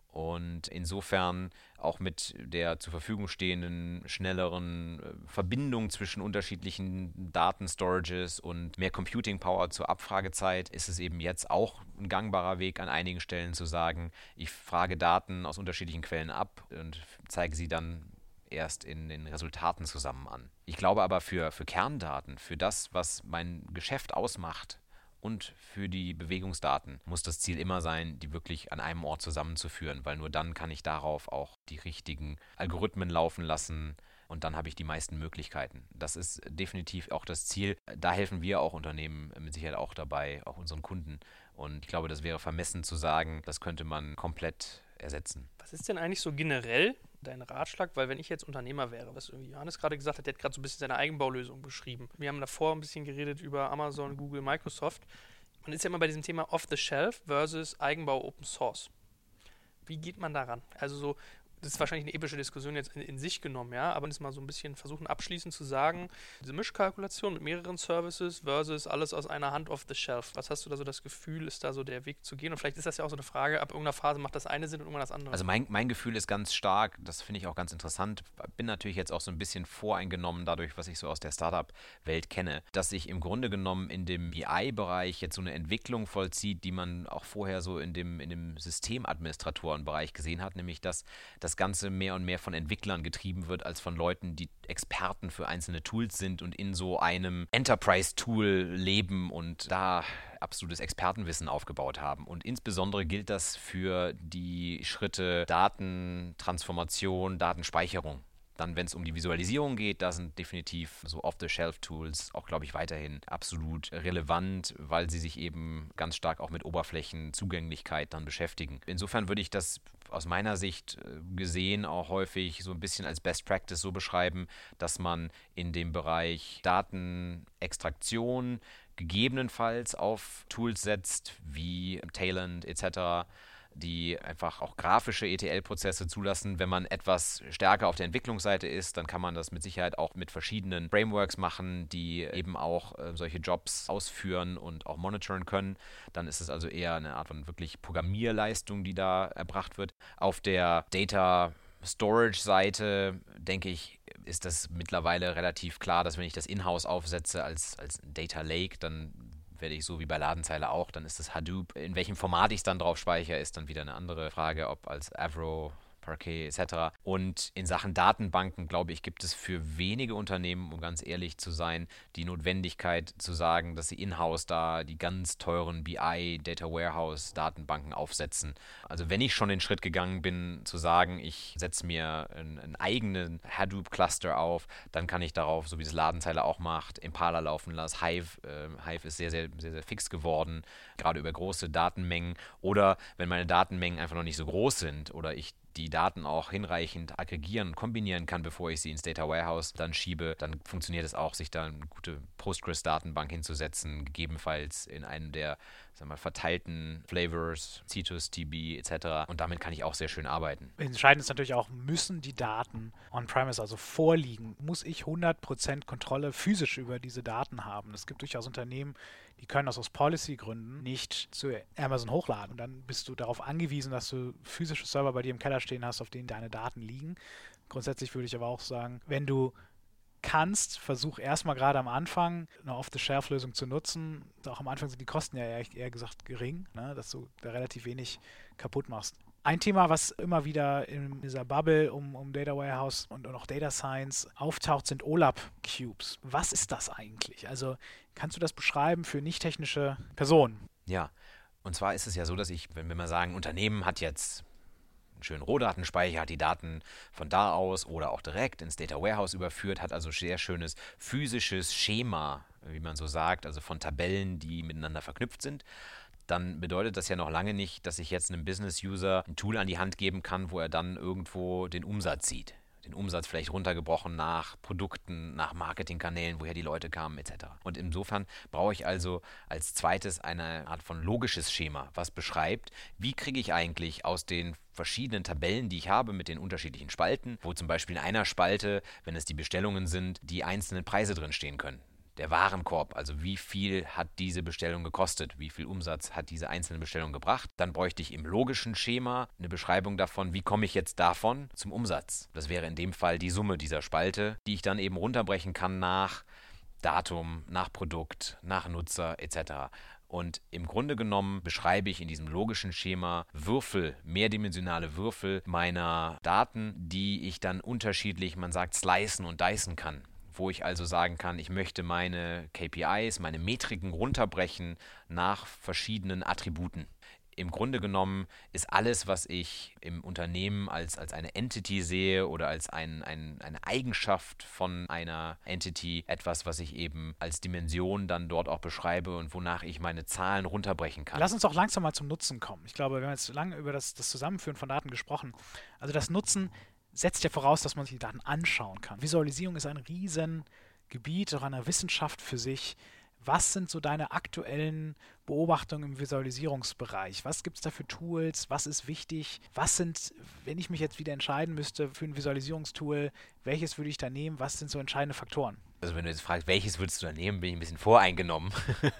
Und insofern auch mit der zur Verfügung stehenden schnelleren Verbindung zwischen unterschiedlichen Datenstorages und mehr Computing Power zur Abfragezeit ist es eben jetzt auch ein gangbarer Weg an einigen Stellen zu sagen, ich frage Daten aus unterschiedlichen Quellen ab und zeige sie dann erst in den Resultaten zusammen an. Ich glaube aber für, für Kerndaten, für das, was mein Geschäft ausmacht, und für die Bewegungsdaten muss das Ziel immer sein, die wirklich an einem Ort zusammenzuführen, weil nur dann kann ich darauf auch die richtigen Algorithmen laufen lassen und dann habe ich die meisten Möglichkeiten. Das ist definitiv auch das Ziel. Da helfen wir auch Unternehmen mit Sicherheit auch dabei, auch unseren Kunden. Und ich glaube, das wäre vermessen zu sagen, das könnte man komplett ersetzen. Was ist denn eigentlich so generell dein Ratschlag? Weil wenn ich jetzt Unternehmer wäre, was irgendwie Johannes gerade gesagt hat, der hat gerade so ein bisschen seine Eigenbaulösung beschrieben. Wir haben davor ein bisschen geredet über Amazon, Google, Microsoft. Man ist ja immer bei diesem Thema Off-the-Shelf versus Eigenbau Open Source. Wie geht man daran? Also so, das ist wahrscheinlich eine epische Diskussion jetzt in, in sich genommen, ja, aber das mal so ein bisschen versuchen abschließend zu sagen, diese Mischkalkulation mit mehreren Services versus alles aus einer Hand off the shelf. Was hast du da so das Gefühl, ist da so der Weg zu gehen? Und vielleicht ist das ja auch so eine Frage, ab irgendeiner Phase macht das eine Sinn und irgendwann das andere. Also mein, mein Gefühl ist ganz stark, das finde ich auch ganz interessant, bin natürlich jetzt auch so ein bisschen voreingenommen dadurch, was ich so aus der Startup-Welt kenne, dass sich im Grunde genommen in dem B I-Bereich jetzt so eine Entwicklung vollzieht, die man auch vorher so in dem, in dem Systemadministratorenbereich gesehen hat, nämlich dass das Ganze mehr und mehr von Entwicklern getrieben wird, als von Leuten, die Experten für einzelne Tools sind und in so einem Enterprise-Tool leben und da absolutes Expertenwissen aufgebaut haben. Und insbesondere gilt das für die Schritte Datentransformation, Datenspeicherung. Dann, wenn es um die Visualisierung geht, da sind definitiv so Off-the-Shelf-Tools auch, glaube ich, weiterhin absolut relevant, weil sie sich eben ganz stark auch mit Oberflächenzugänglichkeit dann beschäftigen. Insofern würde ich das aus meiner Sicht gesehen auch häufig so ein bisschen als Best Practice so beschreiben, dass man in dem Bereich Datenextraktion gegebenenfalls auf Tools setzt, wie Talent et cetera, die einfach auch grafische E T L-Prozesse zulassen. Wenn man etwas stärker auf der Entwicklungsseite ist, dann kann man das mit Sicherheit auch mit verschiedenen Frameworks machen, die eben auch äh, solche Jobs ausführen und auch monitoren können. Dann ist es also eher eine Art von wirklich Programmierleistung, die da erbracht wird. Auf der Data Storage-Seite, denke ich, ist das mittlerweile relativ klar, dass wenn ich das in-house aufsetze als, als Data Lake, dann werde ich so wie bei Ladenzeile auch, dann ist das Hadoop. In welchem Format ich es dann drauf speichere, ist dann wieder eine andere Frage, ob als Avro, Parquet et cetera. Und in Sachen Datenbanken, glaube ich, gibt es für wenige Unternehmen, um ganz ehrlich zu sein, die Notwendigkeit zu sagen, dass sie in-house da die ganz teuren B I, Data Warehouse, Datenbanken aufsetzen. Also wenn ich schon den Schritt gegangen bin, zu sagen, ich setze mir einen, einen eigenen Hadoop-Cluster auf, dann kann ich darauf, so wie es Ladenzeile auch macht, Impala laufen lassen. Hive, äh, Hive ist sehr, sehr, sehr, sehr fix geworden, gerade über große Datenmengen. Oder wenn meine Datenmengen einfach noch nicht so groß sind oder ich die Daten auch hinreichend aggregieren und kombinieren kann, bevor ich sie ins Data Warehouse dann schiebe, dann funktioniert es auch, sich da eine gute Postgres-Datenbank hinzusetzen, gegebenenfalls in einem der sagen wir, verteilten Flavors, Citus, T B et cetera. Und damit kann ich auch sehr schön arbeiten. Entscheidend ist natürlich auch, müssen die Daten on-premise, also vorliegen? Muss ich hundert Prozent Kontrolle physisch über diese Daten haben? Es gibt durchaus Unternehmen, die können das aus Policy-Gründen nicht zu Amazon hochladen. Und dann bist du darauf angewiesen, dass du physische Server bei dir im Keller stehen hast, auf denen deine Daten liegen. Grundsätzlich würde ich aber auch sagen, wenn du kannst, versuch erstmal gerade am Anfang eine Off-the-Shelf-Lösung zu nutzen. Auch am Anfang sind die Kosten ja eher, eher gesagt gering, ne, dass du da relativ wenig kaputt machst. Ein Thema, was immer wieder in dieser Bubble um, um Data Warehouse und, und auch Data Science auftaucht, sind O L A P-Cubes. Was ist das eigentlich? Also kannst du das beschreiben für nicht technische Personen? Ja, und zwar ist es ja so, dass ich, wenn wir mal sagen, ein Unternehmen hat jetzt schönen Rohdatenspeicher, hat die Daten von da aus oder auch direkt ins Data Warehouse überführt, hat also sehr schönes physisches Schema, wie man so sagt, also von Tabellen, die miteinander verknüpft sind. Dann bedeutet das ja noch lange nicht, dass ich jetzt einem Business-User ein Tool an die Hand geben kann, wo er dann irgendwo den Umsatz sieht. Den Umsatz vielleicht runtergebrochen nach Produkten, nach Marketingkanälen, woher die Leute kamen et cetera. Und insofern brauche ich also als zweites eine Art von logisches Schema, was beschreibt, wie kriege ich eigentlich aus den verschiedenen Tabellen, die ich habe mit den unterschiedlichen Spalten, wo zum Beispiel in einer Spalte, wenn es die Bestellungen sind, die einzelnen Preise drin stehen können. Der Warenkorb, also wie viel hat diese Bestellung gekostet, wie viel Umsatz hat diese einzelne Bestellung gebracht. Dann bräuchte ich im logischen Schema eine Beschreibung davon, wie komme ich jetzt davon zum Umsatz. Das wäre in dem Fall die Summe dieser Spalte, die ich dann eben runterbrechen kann nach Datum, nach Produkt, nach Nutzer et cetera. Und im Grunde genommen beschreibe ich in diesem logischen Schema Würfel, mehrdimensionale Würfel meiner Daten, die ich dann unterschiedlich, man sagt, slicen und dicen kann. Wo ich also sagen kann, ich möchte meine K P Is, meine Metriken runterbrechen nach verschiedenen Attributen. Im Grunde genommen ist alles, was ich im Unternehmen als, als eine Entity sehe oder als ein, ein, eine Eigenschaft von einer Entity, etwas, was ich eben als Dimension dann dort auch beschreibe und wonach ich meine Zahlen runterbrechen kann. Lass uns auch langsam mal zum Nutzen kommen. Ich glaube, wir haben jetzt lange über das, das Zusammenführen von Daten gesprochen. Also das Nutzen setzt ja voraus, dass man sich die Daten anschauen kann. Visualisierung ist ein Riesengebiet, auch eine Wissenschaft für sich. Was sind so deine aktuellen Beobachtungen im Visualisierungsbereich? Was gibt es da für Tools? Was ist wichtig? Was sind, wenn ich mich jetzt wieder entscheiden müsste für ein Visualisierungstool, welches würde ich da nehmen? Was sind so entscheidende Faktoren? Also wenn du jetzt fragst, welches würdest du da nehmen, bin ich ein bisschen voreingenommen.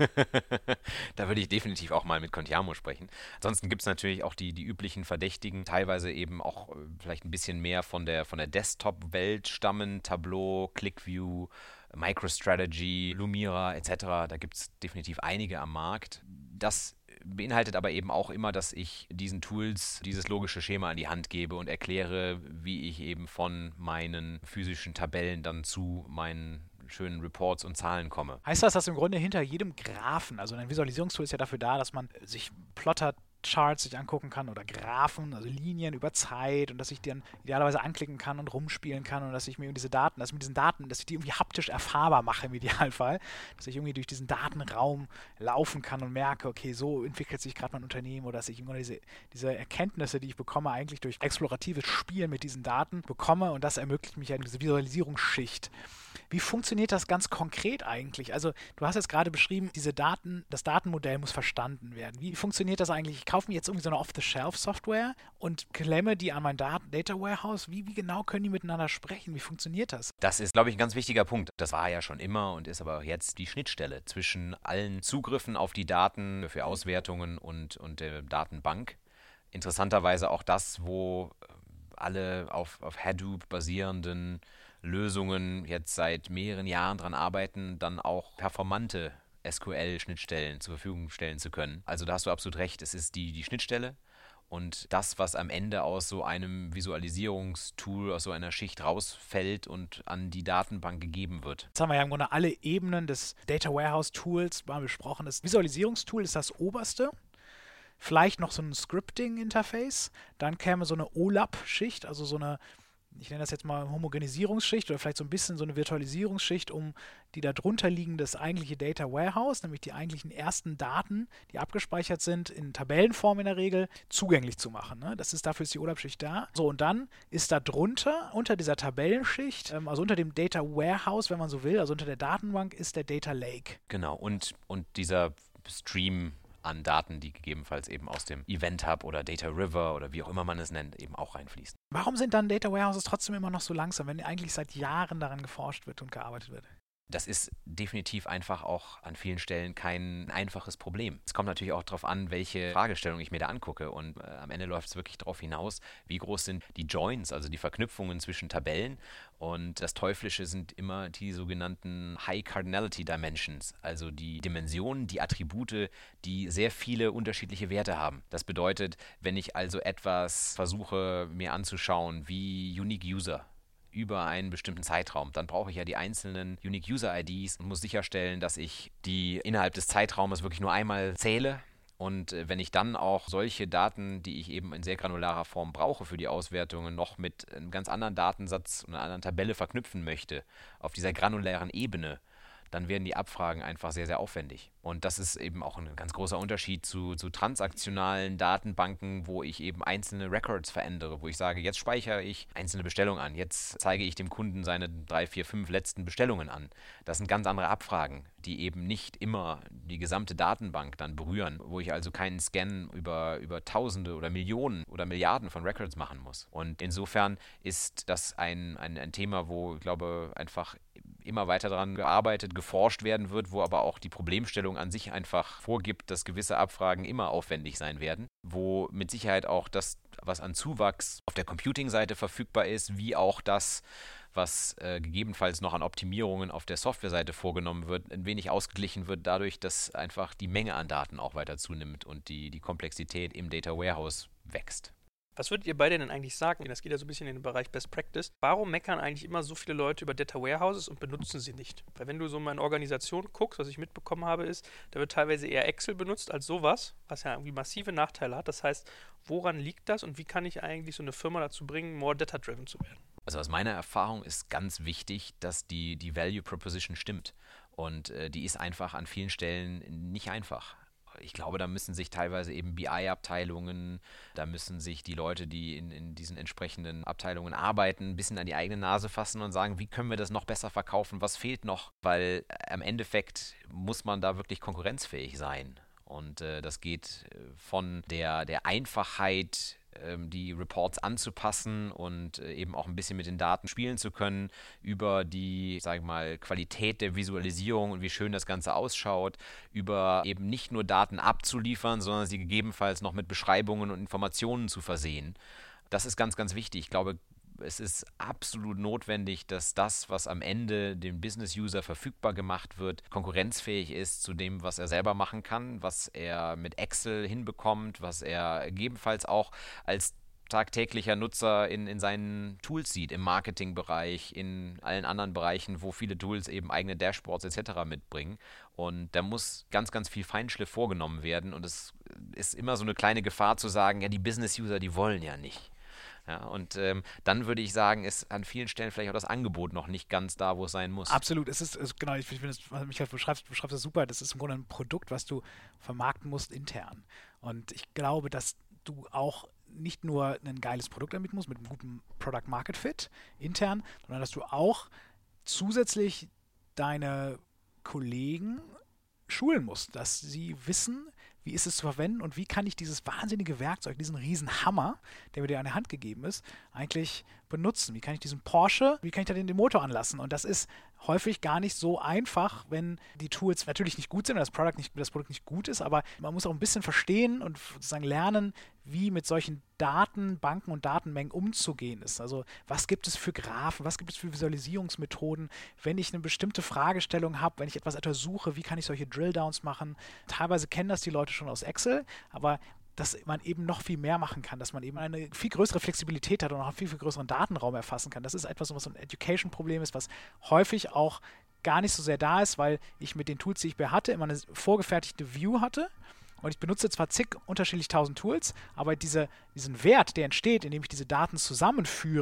Da würde ich definitiv auch mal mit Contiamo sprechen. Ansonsten gibt es natürlich auch die, die üblichen Verdächtigen, teilweise eben auch äh, vielleicht ein bisschen mehr von der, von der Desktop-Welt stammen, Tableau, ClickView, MicroStrategy, Lumira et cetera. Da gibt es definitiv einige am Markt. Das beinhaltet aber eben auch immer, dass ich diesen Tools dieses logische Schema an die Hand gebe und erkläre, wie ich eben von meinen physischen Tabellen dann zu meinen schönen Reports und Zahlen komme. Heißt das, dass im Grunde hinter jedem Graphen, also ein Visualisierungstool ist ja dafür da, dass man sich Plotter Charts sich angucken kann oder Graphen, also Linien über Zeit und dass ich die dann idealerweise anklicken kann und rumspielen kann und dass ich mir diese Daten, dass ich mit diesen Daten, dass ich die irgendwie haptisch erfahrbar mache im Idealfall, dass ich irgendwie durch diesen Datenraum laufen kann und merke, okay, so entwickelt sich gerade mein Unternehmen oder dass ich immer diese, diese Erkenntnisse, die ich bekomme, eigentlich durch exploratives Spielen mit diesen Daten bekomme und das ermöglicht mich ja diese Visualisierungsschicht. Wie funktioniert das ganz konkret eigentlich? Also du hast jetzt gerade beschrieben, diese Daten, das Datenmodell muss verstanden werden. Wie funktioniert das eigentlich? Ich kaufe mir jetzt irgendwie so eine Off-the-Shelf-Software und klemme die an mein Data Warehouse. Wie, wie genau können die miteinander sprechen? Wie funktioniert das? Das ist, glaube ich, ein ganz wichtiger Punkt. Das war ja schon immer und ist aber auch jetzt die Schnittstelle zwischen allen Zugriffen auf die Daten für Auswertungen und, und der Datenbank. Interessanterweise auch das, wo alle auf, auf Hadoop basierenden Lösungen jetzt seit mehreren Jahren dran arbeiten, dann auch performante S Q L-Schnittstellen zur Verfügung stellen zu können. Also da hast du absolut recht, es ist die, die Schnittstelle und das, was am Ende aus so einem Visualisierungstool, aus so einer Schicht rausfällt und an die Datenbank gegeben wird. Jetzt haben wir ja im Grunde alle Ebenen des Data Warehouse Tools mal besprochen. Das Visualisierungstool ist das oberste. Vielleicht noch so ein Scripting-Interface. Dann käme so eine O L A P-Schicht, also so eine ich nenne das jetzt mal Homogenisierungsschicht oder vielleicht so ein bisschen so eine Virtualisierungsschicht, um die darunter liegende das eigentliche Data Warehouse, nämlich die eigentlichen ersten Daten, die abgespeichert sind, in Tabellenform in der Regel, zugänglich zu machen. Ne? Das ist, dafür ist die OLAP-Schicht da. So, und dann ist da drunter, unter dieser Tabellenschicht, ähm, also unter dem Data Warehouse, wenn man so will, also unter der Datenbank, ist der Data Lake. Genau, und, und dieser Stream an Daten, die gegebenenfalls eben aus dem Event Hub oder Data River oder wie auch immer man es nennt, eben auch reinfließen. Warum sind dann Data Warehouses trotzdem immer noch so langsam, wenn eigentlich seit Jahren daran geforscht wird und gearbeitet wird? Das ist definitiv einfach auch an vielen Stellen kein einfaches Problem. Es kommt natürlich auch darauf an, welche Fragestellung ich mir da angucke. Und äh, am Ende läuft es wirklich darauf hinaus, wie groß sind die Joins, also die Verknüpfungen zwischen Tabellen. Und das Teuflische sind immer die sogenannten High Cardinality Dimensions, also die Dimensionen, die Attribute, die sehr viele unterschiedliche Werte haben. Das bedeutet, wenn ich also etwas versuche mir anzuschauen wie Unique User über einen bestimmten Zeitraum, dann brauche ich ja die einzelnen Unique User I Ds und muss sicherstellen, dass ich die innerhalb des Zeitraumes wirklich nur einmal zähle. Und wenn ich dann auch solche Daten, die ich eben in sehr granularer Form brauche für die Auswertungen, noch mit einem ganz anderen Datensatz und einer anderen Tabelle verknüpfen möchte, auf dieser granulären Ebene, dann werden die Abfragen einfach sehr, sehr aufwendig. Und das ist eben auch ein ganz großer Unterschied zu, zu transaktionalen Datenbanken, wo ich eben einzelne Records verändere, wo ich sage, jetzt speichere ich einzelne Bestellungen an, jetzt zeige ich dem Kunden seine drei, vier, fünf letzten Bestellungen an. Das sind ganz andere Abfragen, die eben nicht immer die gesamte Datenbank dann berühren, wo ich also keinen Scan über, über Tausende oder Millionen oder Milliarden von Records machen muss. Und insofern ist das ein, ein, ein Thema, wo ich glaube, einfach immer weiter daran gearbeitet, geforscht werden wird, wo aber auch die Problemstellung an sich einfach vorgibt, dass gewisse Abfragen immer aufwendig sein werden, wo mit Sicherheit auch das, was an Zuwachs auf der Computing-Seite verfügbar ist, wie auch das, was äh, gegebenenfalls noch an Optimierungen auf der Softwareseite vorgenommen wird, ein wenig ausgeglichen wird dadurch, dass einfach die Menge an Daten auch weiter zunimmt und die, die Komplexität im Data Warehouse wächst. Was würdet ihr beide denn eigentlich sagen? Das geht ja so ein bisschen in den Bereich Best Practice. Warum meckern eigentlich immer so viele Leute über Data Warehouses und benutzen sie nicht? Weil wenn du so mal in Organisationen guckst, was ich mitbekommen habe, ist, da wird teilweise eher Excel benutzt als sowas, was ja irgendwie massive Nachteile hat. Das heißt, woran liegt das und wie kann ich eigentlich so eine Firma dazu bringen, more data-driven zu werden? Also aus meiner Erfahrung ist ganz wichtig, dass die, die Value Proposition stimmt. Und äh, die ist einfach an vielen Stellen nicht einfach. Ich glaube, da müssen sich teilweise eben B I-Abteilungen, da müssen sich die Leute, die in, in diesen entsprechenden Abteilungen arbeiten, ein bisschen an die eigene Nase fassen und sagen, wie können wir das noch besser verkaufen, was fehlt noch? Weil äh, im Endeffekt muss man da wirklich konkurrenzfähig sein. Und äh, das geht äh, von der, der Einfachheit, die Reports anzupassen und eben auch ein bisschen mit den Daten spielen zu können, über die, sage ich mal, Qualität der Visualisierung und wie schön das Ganze ausschaut, über eben nicht nur Daten abzuliefern, sondern sie gegebenenfalls noch mit Beschreibungen und Informationen zu versehen. Das ist ganz, ganz wichtig. Ich glaube, es ist absolut notwendig, dass das, was am Ende dem Business-User verfügbar gemacht wird, konkurrenzfähig ist zu dem, was er selber machen kann, was er mit Excel hinbekommt, was er gegebenenfalls auch als tagtäglicher Nutzer in, in seinen Tools sieht, im Marketingbereich, in allen anderen Bereichen, wo viele Tools eben eigene Dashboards et cetera mitbringen. Und da muss ganz, ganz viel Feinschliff vorgenommen werden. Und es ist immer so eine kleine Gefahr zu sagen, ja, die Business-User, die wollen ja nicht. Ja, und ähm, dann würde ich sagen, ist an vielen Stellen vielleicht auch das Angebot noch nicht ganz da, wo es sein muss. Absolut, es ist, es, genau, ich finde, was Michael beschreibst, beschreibst das super, das ist im Grunde ein Produkt, was du vermarkten musst intern. Und ich glaube, dass du auch nicht nur ein geiles Produkt anbieten musst, mit einem guten Product-Market-Fit intern, sondern dass du auch zusätzlich deine Kollegen schulen musst, dass sie wissen, wie ist es zu verwenden und wie kann ich dieses wahnsinnige Werkzeug, diesen riesen Hammer, der mir dir an die Hand gegeben ist, eigentlich benutzen? Wie kann ich diesen Porsche, wie kann ich da den, den Motor anlassen? Und das ist häufig gar nicht so einfach, wenn die Tools natürlich nicht gut sind oder das Produkt nicht, das Produkt nicht gut ist, aber man muss auch ein bisschen verstehen und sozusagen lernen, wie mit solchen Datenbanken und Datenmengen umzugehen ist. Also was gibt es für Graphen, was gibt es für Visualisierungsmethoden, wenn ich eine bestimmte Fragestellung habe, wenn ich etwas untersuche, wie kann ich solche Drilldowns machen? Teilweise kennen das die Leute schon aus Excel, aber dass man eben noch viel mehr machen kann, dass man eben eine viel größere Flexibilität hat und auch einen viel, viel größeren Datenraum erfassen kann. Das ist etwas, was so ein Education-Problem ist, was häufig auch gar nicht so sehr da ist, weil ich mit den Tools, die ich bisher hatte, immer eine vorgefertigte View hatte. Und ich benutze zwar zig unterschiedlich tausend Tools, aber diese, diesen Wert, der entsteht, indem ich diese Daten zusammenführe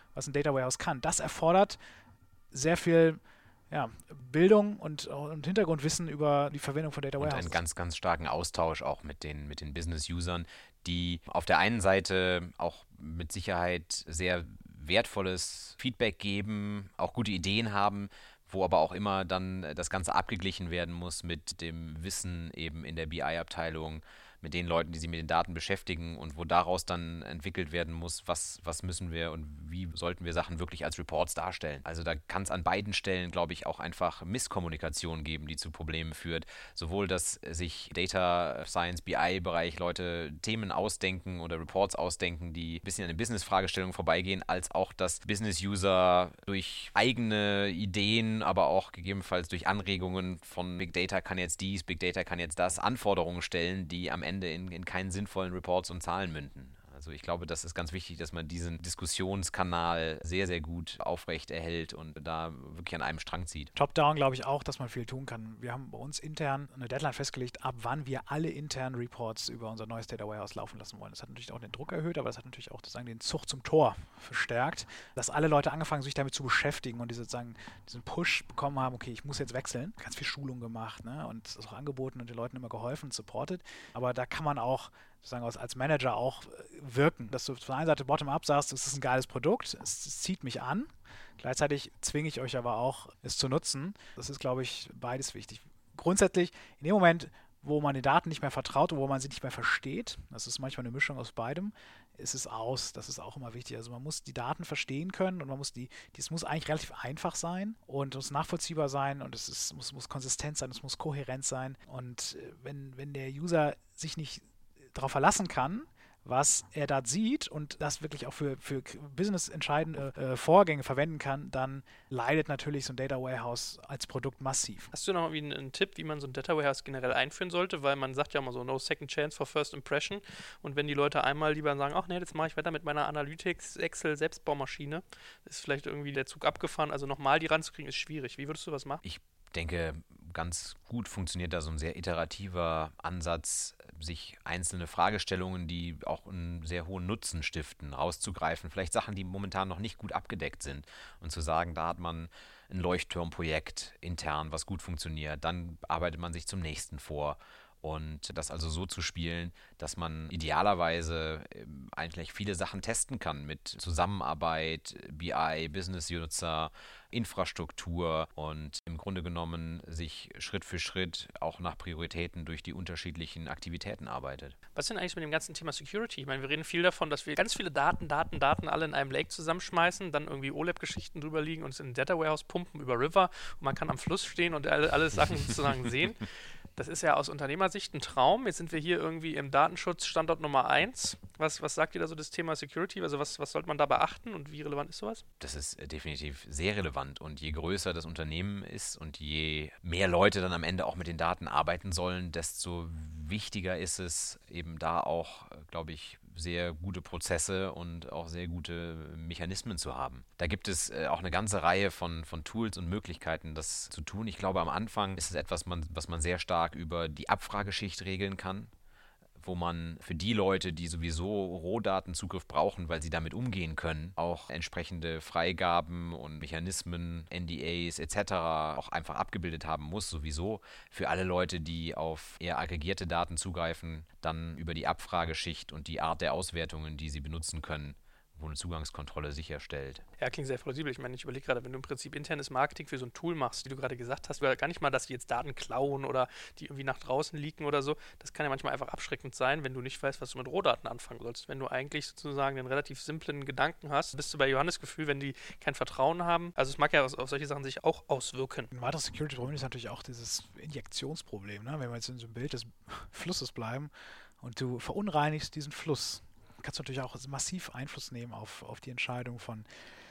was ein Data Warehouse kann. Das erfordert sehr viel ja, Bildung und, und Hintergrundwissen über die Verwendung von Data Warehouses. Und einen ganz, ganz starken Austausch auch mit den, mit den Business-Usern, die auf der einen Seite auch mit Sicherheit sehr wertvolles Feedback geben, auch gute Ideen haben, wo aber auch immer dann das Ganze abgeglichen werden muss mit dem Wissen eben in der B I-Abteilung, mit den Leuten, die sich mit den Daten beschäftigen und wo daraus dann entwickelt werden muss, was, was müssen wir und wie sollten wir Sachen wirklich als Reports darstellen. Also da kann es an beiden Stellen, glaube ich, auch einfach Misskommunikation geben, die zu Problemen führt. Sowohl, dass sich Data Science, B I-Bereich Leute Themen ausdenken oder Reports ausdenken, die ein bisschen an den Business-Fragestellungen vorbeigehen, als auch, dass Business-User durch eigene Ideen, aber auch gegebenenfalls durch Anregungen von Big Data kann jetzt dies, Big Data kann jetzt das, Anforderungen stellen, die am Ende in, in keinen sinnvollen Reports und Zahlen münden. Also ich glaube, das ist ganz wichtig, dass man diesen Diskussionskanal sehr, sehr gut aufrecht erhält und da wirklich an einem Strang zieht. Top-down glaube ich auch, dass man viel tun kann. Wir haben bei uns intern eine Deadline festgelegt, ab wann wir alle internen Reports über unser neues Data Warehouse laufen lassen wollen. Das hat natürlich auch den Druck erhöht, aber das hat natürlich auch sozusagen den Zug zum Tor verstärkt, dass alle Leute angefangen sich damit zu beschäftigen und die sozusagen diesen Push bekommen haben, okay, ich muss jetzt wechseln. Ganz viel Schulung gemacht, ne? Und es ist auch angeboten und den Leuten immer geholfen und supported. Aber da kann man auch sozusagen als Manager auch wirken, dass du von einer Seite bottom-up sagst, es ist ein geiles Produkt, es, es zieht mich an. Gleichzeitig zwinge ich euch aber auch, es zu nutzen. Das ist, glaube ich, beides wichtig. Grundsätzlich, in dem Moment, wo man den Daten nicht mehr vertraut und wo man sie nicht mehr versteht, das ist manchmal eine Mischung aus beidem, ist es aus. Das ist auch immer wichtig. Also man muss die Daten verstehen können und man muss die, das muss eigentlich relativ einfach sein und es muss nachvollziehbar sein und es ist, muss, muss konsistent sein, es muss kohärent sein. Und wenn, wenn der User sich nicht darauf verlassen kann, was er da sieht und das wirklich auch für, für business-entscheidende äh, Vorgänge verwenden kann, dann leidet natürlich so ein Data Warehouse als Produkt massiv. Hast du noch mal einen, einen Tipp, wie man so ein Data Warehouse generell einführen sollte? Weil man sagt ja immer so, no second chance for first impression. Und wenn die Leute einmal lieber sagen, ach nee, jetzt mache ich weiter mit meiner Analytics, Excel, Selbstbaumaschine, ist vielleicht irgendwie der Zug abgefahren. Also nochmal die ranzukriegen, ist schwierig. Wie würdest du was machen? Ich denke, ganz gut funktioniert da so ein sehr iterativer Ansatz, sich einzelne Fragestellungen, die auch einen sehr hohen Nutzen stiften, rauszugreifen. Vielleicht Sachen, die momentan noch nicht gut abgedeckt sind und zu sagen, da hat man ein Leuchtturmprojekt intern, was gut funktioniert. Dann arbeitet man sich zum nächsten vor. Und das also so zu spielen, dass man idealerweise eigentlich viele Sachen testen kann mit Zusammenarbeit, B I, Business-User, Infrastruktur und im Grunde genommen sich Schritt für Schritt auch nach Prioritäten durch die unterschiedlichen Aktivitäten arbeitet. Was ist denn eigentlich mit dem ganzen Thema Security? Ich meine, wir reden viel davon, dass wir ganz viele Daten, Daten, Daten alle in einem Lake zusammenschmeißen, dann irgendwie O L A B-Geschichten drüber liegen und es in ein Data Warehouse pumpen über River und man kann am Fluss stehen und alle, alle Sachen sozusagen sehen. Das ist ja aus Unternehmersicht ein Traum. Jetzt sind wir hier irgendwie im Datenschutz Standort Nummer eins. Was, was sagt ihr da so das Thema Security? Also was, was sollte man da beachten und wie relevant ist sowas? Das ist definitiv sehr relevant und je größer das Unternehmen ist und je mehr Leute dann am Ende auch mit den Daten arbeiten sollen, desto wichtiger ist es eben da auch, glaube ich, sehr gute Prozesse und auch sehr gute Mechanismen zu haben. Da gibt es äh, auch eine ganze Reihe von, von Tools und Möglichkeiten, das zu tun. Ich glaube, am Anfang ist es etwas, man, was man sehr stark über die Abfrageschicht regeln kann, wo man für die Leute, die sowieso Rohdatenzugriff brauchen, weil sie damit umgehen können, auch entsprechende Freigaben und Mechanismen, N D As et cetera auch einfach abgebildet haben muss, sowieso. Für alle Leute, die auf eher aggregierte Daten zugreifen, dann über die Abfrageschicht und die Art der Auswertungen, die sie benutzen können, wo eine Zugangskontrolle sicherstellt. Ja, klingt sehr plausibel. Ich meine, ich überlege gerade, wenn du im Prinzip internes Marketing für so ein Tool machst, wie du gerade gesagt hast, gar nicht mal, dass die jetzt Daten klauen oder die irgendwie nach draußen leaken oder so. Das kann ja manchmal einfach abschreckend sein, wenn du nicht weißt, was du mit Rohdaten anfangen sollst. Wenn du eigentlich sozusagen einen relativ simplen Gedanken hast, bist du bei Johannes Gefühl, wenn die kein Vertrauen haben. Also es mag ja auf solche Sachen sich auch auswirken. Ein weiteres Security-Problem ist natürlich auch dieses Injektionsproblem, ne? Wenn wir jetzt in so einem Bild des Flusses bleiben und du verunreinigst diesen Fluss, kannst du natürlich auch massiv Einfluss nehmen auf, auf die Entscheidung von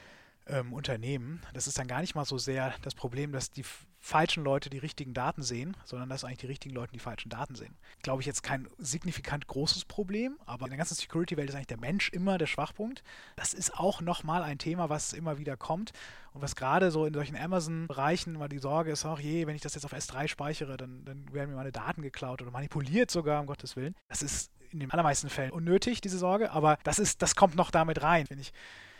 ähm, Unternehmen. Das ist dann gar nicht mal so sehr das Problem, dass die f- falschen Leute die richtigen Daten sehen, sondern dass eigentlich die richtigen Leute die falschen Daten sehen. Glaube ich jetzt kein signifikant großes Problem, aber in der ganzen Security-Welt ist eigentlich der Mensch immer der Schwachpunkt. Das ist auch nochmal ein Thema, was immer wieder kommt und was gerade so in solchen Amazon-Bereichen mal die Sorge ist, ach je, wenn ich das jetzt auf S drei speichere, dann, dann werden mir meine Daten geklaut oder manipuliert sogar, um Gottes Willen. Das ist in den allermeisten Fällen unnötig, diese Sorge, aber das ist, das kommt noch damit rein. Wenn ich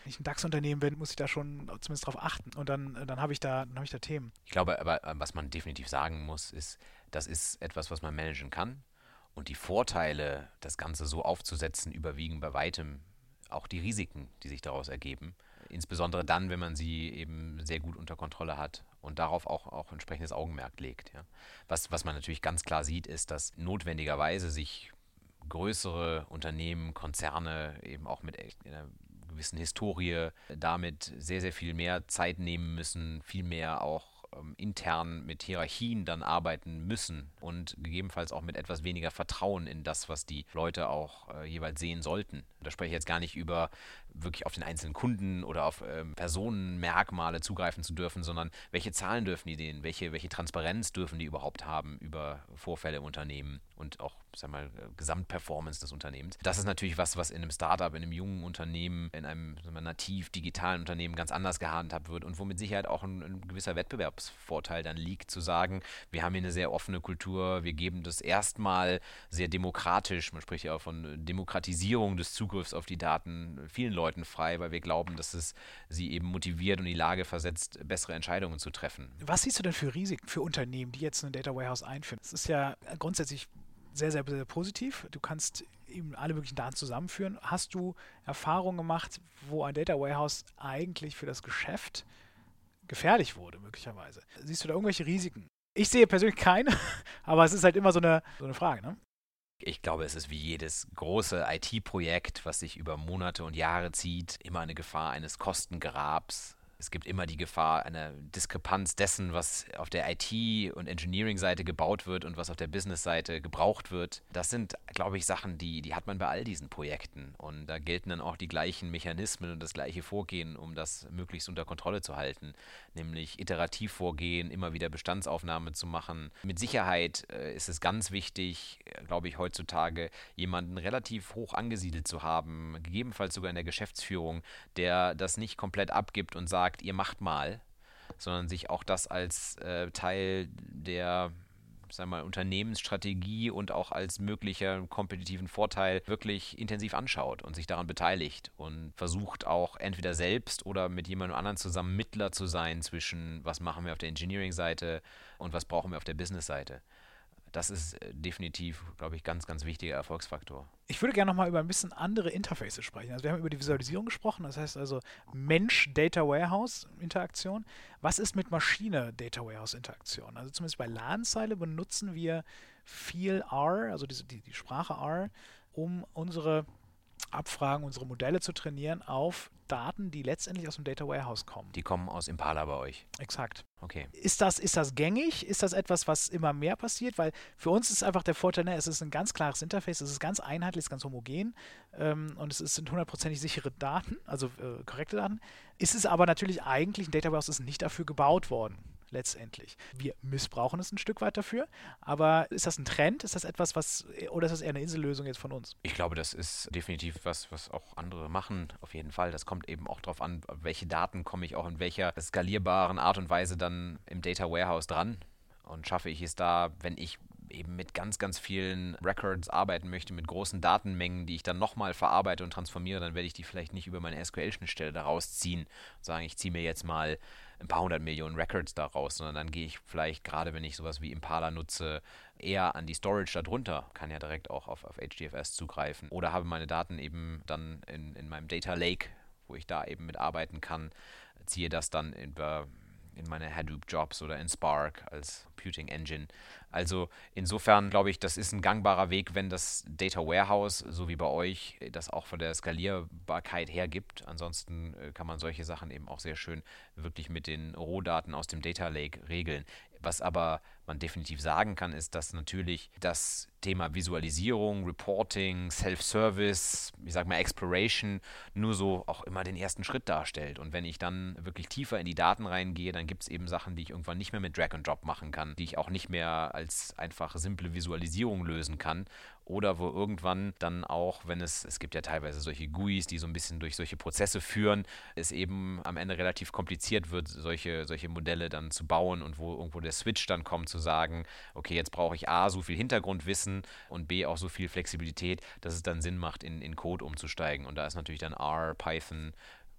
wenn ich ein DAX-Unternehmen bin, muss ich da schon zumindest drauf achten. Und dann, dann habe ich da, dann habe ich da Themen. Ich glaube aber, was man definitiv sagen muss, ist, das ist etwas, was man managen kann. Und die Vorteile, das Ganze so aufzusetzen, überwiegen bei weitem auch die Risiken, die sich daraus ergeben. Insbesondere dann, wenn man sie eben sehr gut unter Kontrolle hat und darauf auch, auch entsprechendes Augenmerk legt. Ja. Was, was man natürlich ganz klar sieht, ist, dass notwendigerweise sich größere Unternehmen, Konzerne eben auch mit einer gewissen Historie damit sehr, sehr viel mehr Zeit nehmen müssen, viel mehr auch ähm, intern mit Hierarchien dann arbeiten müssen und gegebenenfalls auch mit etwas weniger Vertrauen in das, was die Leute auch äh, jeweils sehen sollten. Da spreche ich jetzt gar nicht über wirklich auf den einzelnen Kunden oder auf ähm, Personenmerkmale zugreifen zu dürfen, sondern welche Zahlen dürfen die denen, welche, welche Transparenz dürfen die überhaupt haben über Vorfälle im Unternehmen und auch, sag mal, Gesamtperformance des Unternehmens. Das ist natürlich was, was in einem Startup, in einem jungen Unternehmen, in einem sag mal, nativ digitalen Unternehmen ganz anders gehandhabt wird und wo mit Sicherheit auch ein, ein gewisser Wettbewerbsvorteil dann liegt, zu sagen, wir haben hier eine sehr offene Kultur, wir geben das erstmal sehr demokratisch, man spricht ja auch von Demokratisierung des Zugriffs auf die Daten, vielen Leuten frei, weil wir glauben, dass es sie eben motiviert und in die Lage versetzt, bessere Entscheidungen zu treffen. Was siehst du denn für Risiken für Unternehmen, die jetzt ein Data Warehouse einführen? Das ist ja grundsätzlich sehr, sehr, sehr positiv. Du kannst eben alle möglichen Daten zusammenführen. Hast du Erfahrungen gemacht, wo ein Data Warehouse eigentlich für das Geschäft gefährlich wurde, möglicherweise? Siehst du da irgendwelche Risiken? Ich sehe persönlich keine, aber es ist halt immer so eine, so eine Frage, ne? Ich glaube, es ist wie jedes große I T-Projekt, was sich über Monate und Jahre zieht, immer eine Gefahr eines Kostengrabs. Es gibt immer die Gefahr einer Diskrepanz dessen, was auf der I T- und Engineering-Seite gebaut wird und was auf der Business-Seite gebraucht wird. Das sind, glaube ich, Sachen, die, die hat man bei all diesen Projekten. Und da gelten dann auch die gleichen Mechanismen und das gleiche Vorgehen, um das möglichst unter Kontrolle zu halten. Nämlich iterativ vorgehen, immer wieder Bestandsaufnahme zu machen. Mit Sicherheit äh, ist es ganz wichtig, glaube ich, heutzutage jemanden relativ hoch angesiedelt zu haben, gegebenenfalls sogar in der Geschäftsführung, der das nicht komplett abgibt und sagt, ihr macht mal, sondern sich auch das als äh, Teil der, sagen wir mal, Unternehmensstrategie und auch als möglicher kompetitiven Vorteil wirklich intensiv anschaut und sich daran beteiligt und versucht auch entweder selbst oder mit jemandem anderen zusammen Mittler zu sein zwischen, was machen wir auf der Engineering-Seite und was brauchen wir auf der Business-Seite. Das ist definitiv, glaube ich, ganz, ganz wichtiger Erfolgsfaktor. Ich würde gerne nochmal über ein bisschen andere Interfaces sprechen. Also wir haben über die Visualisierung gesprochen, das heißt also Mensch-Data-Warehouse-Interaktion. Was ist mit Maschine-Data-Warehouse-Interaktion? Also zumindest bei LAN-Zeile benutzen wir viel R, also die, die, die Sprache R, um unsere Abfragen, unsere Modelle zu trainieren auf Daten, die letztendlich aus dem Data Warehouse kommen. Die kommen aus Impala bei euch? Exakt. Okay. Ist das, ist das gängig? Ist das etwas, was immer mehr passiert? Weil für uns ist einfach der Vorteil, ne, es ist ein ganz klares Interface, es ist ganz einheitlich, es ist ganz homogen ähm, und es sind hundertprozentig sichere Daten, also äh, korrekte Daten. Ist es aber natürlich eigentlich, ein Data Warehouse ist nicht dafür gebaut worden. Letztendlich. Wir missbrauchen es ein Stück weit dafür, aber ist das ein Trend? Ist das etwas, was, oder ist das eher eine Insellösung jetzt von uns? Ich glaube, das ist definitiv was, was auch andere machen, auf jeden Fall. Das kommt eben auch darauf an, welche Daten komme ich auch in welcher skalierbaren Art und Weise dann im Data Warehouse dran und schaffe ich es da, wenn ich eben mit ganz, ganz vielen Records arbeiten möchte, mit großen Datenmengen, die ich dann nochmal verarbeite und transformiere, dann werde ich die vielleicht nicht über meine S Q L-Schnittstelle daraus ziehen und sagen, ich ziehe mir jetzt mal ein paar hundert Millionen Records daraus, sondern dann gehe ich vielleicht, gerade wenn ich sowas wie Impala nutze, eher an die Storage darunter, kann ja direkt auch auf, auf H D F S zugreifen oder habe meine Daten eben dann in, in meinem Data Lake, wo ich da eben mitarbeiten kann, ziehe das dann über in meine Hadoop-Jobs oder in Spark als Computing Engine. Also insofern glaube ich, das ist ein gangbarer Weg, wenn das Data Warehouse, so wie bei euch, das auch von der Skalierbarkeit her gibt. Ansonsten kann man solche Sachen eben auch sehr schön wirklich mit den Rohdaten aus dem Data Lake regeln. Was aber man definitiv sagen kann, ist, dass natürlich das Thema Visualisierung, Reporting, Self-Service, ich sag mal Exploration, nur so auch immer den ersten Schritt darstellt. Und wenn ich dann wirklich tiefer in die Daten reingehe, dann gibt es eben Sachen, die ich irgendwann nicht mehr mit Drag and Drop machen kann, die ich auch nicht mehr als einfach simple Visualisierung lösen kann. Oder wo irgendwann dann auch, wenn es, es gibt ja teilweise solche G U Is, die so ein bisschen durch solche Prozesse führen, es eben am Ende relativ kompliziert wird, solche, solche Modelle dann zu bauen und wo irgendwo der Switch dann kommt, zu sagen, okay, jetzt brauche ich A, so viel Hintergrundwissen und B, auch so viel Flexibilität, dass es dann Sinn macht, in, in Code umzusteigen. Und da ist natürlich dann R, Python,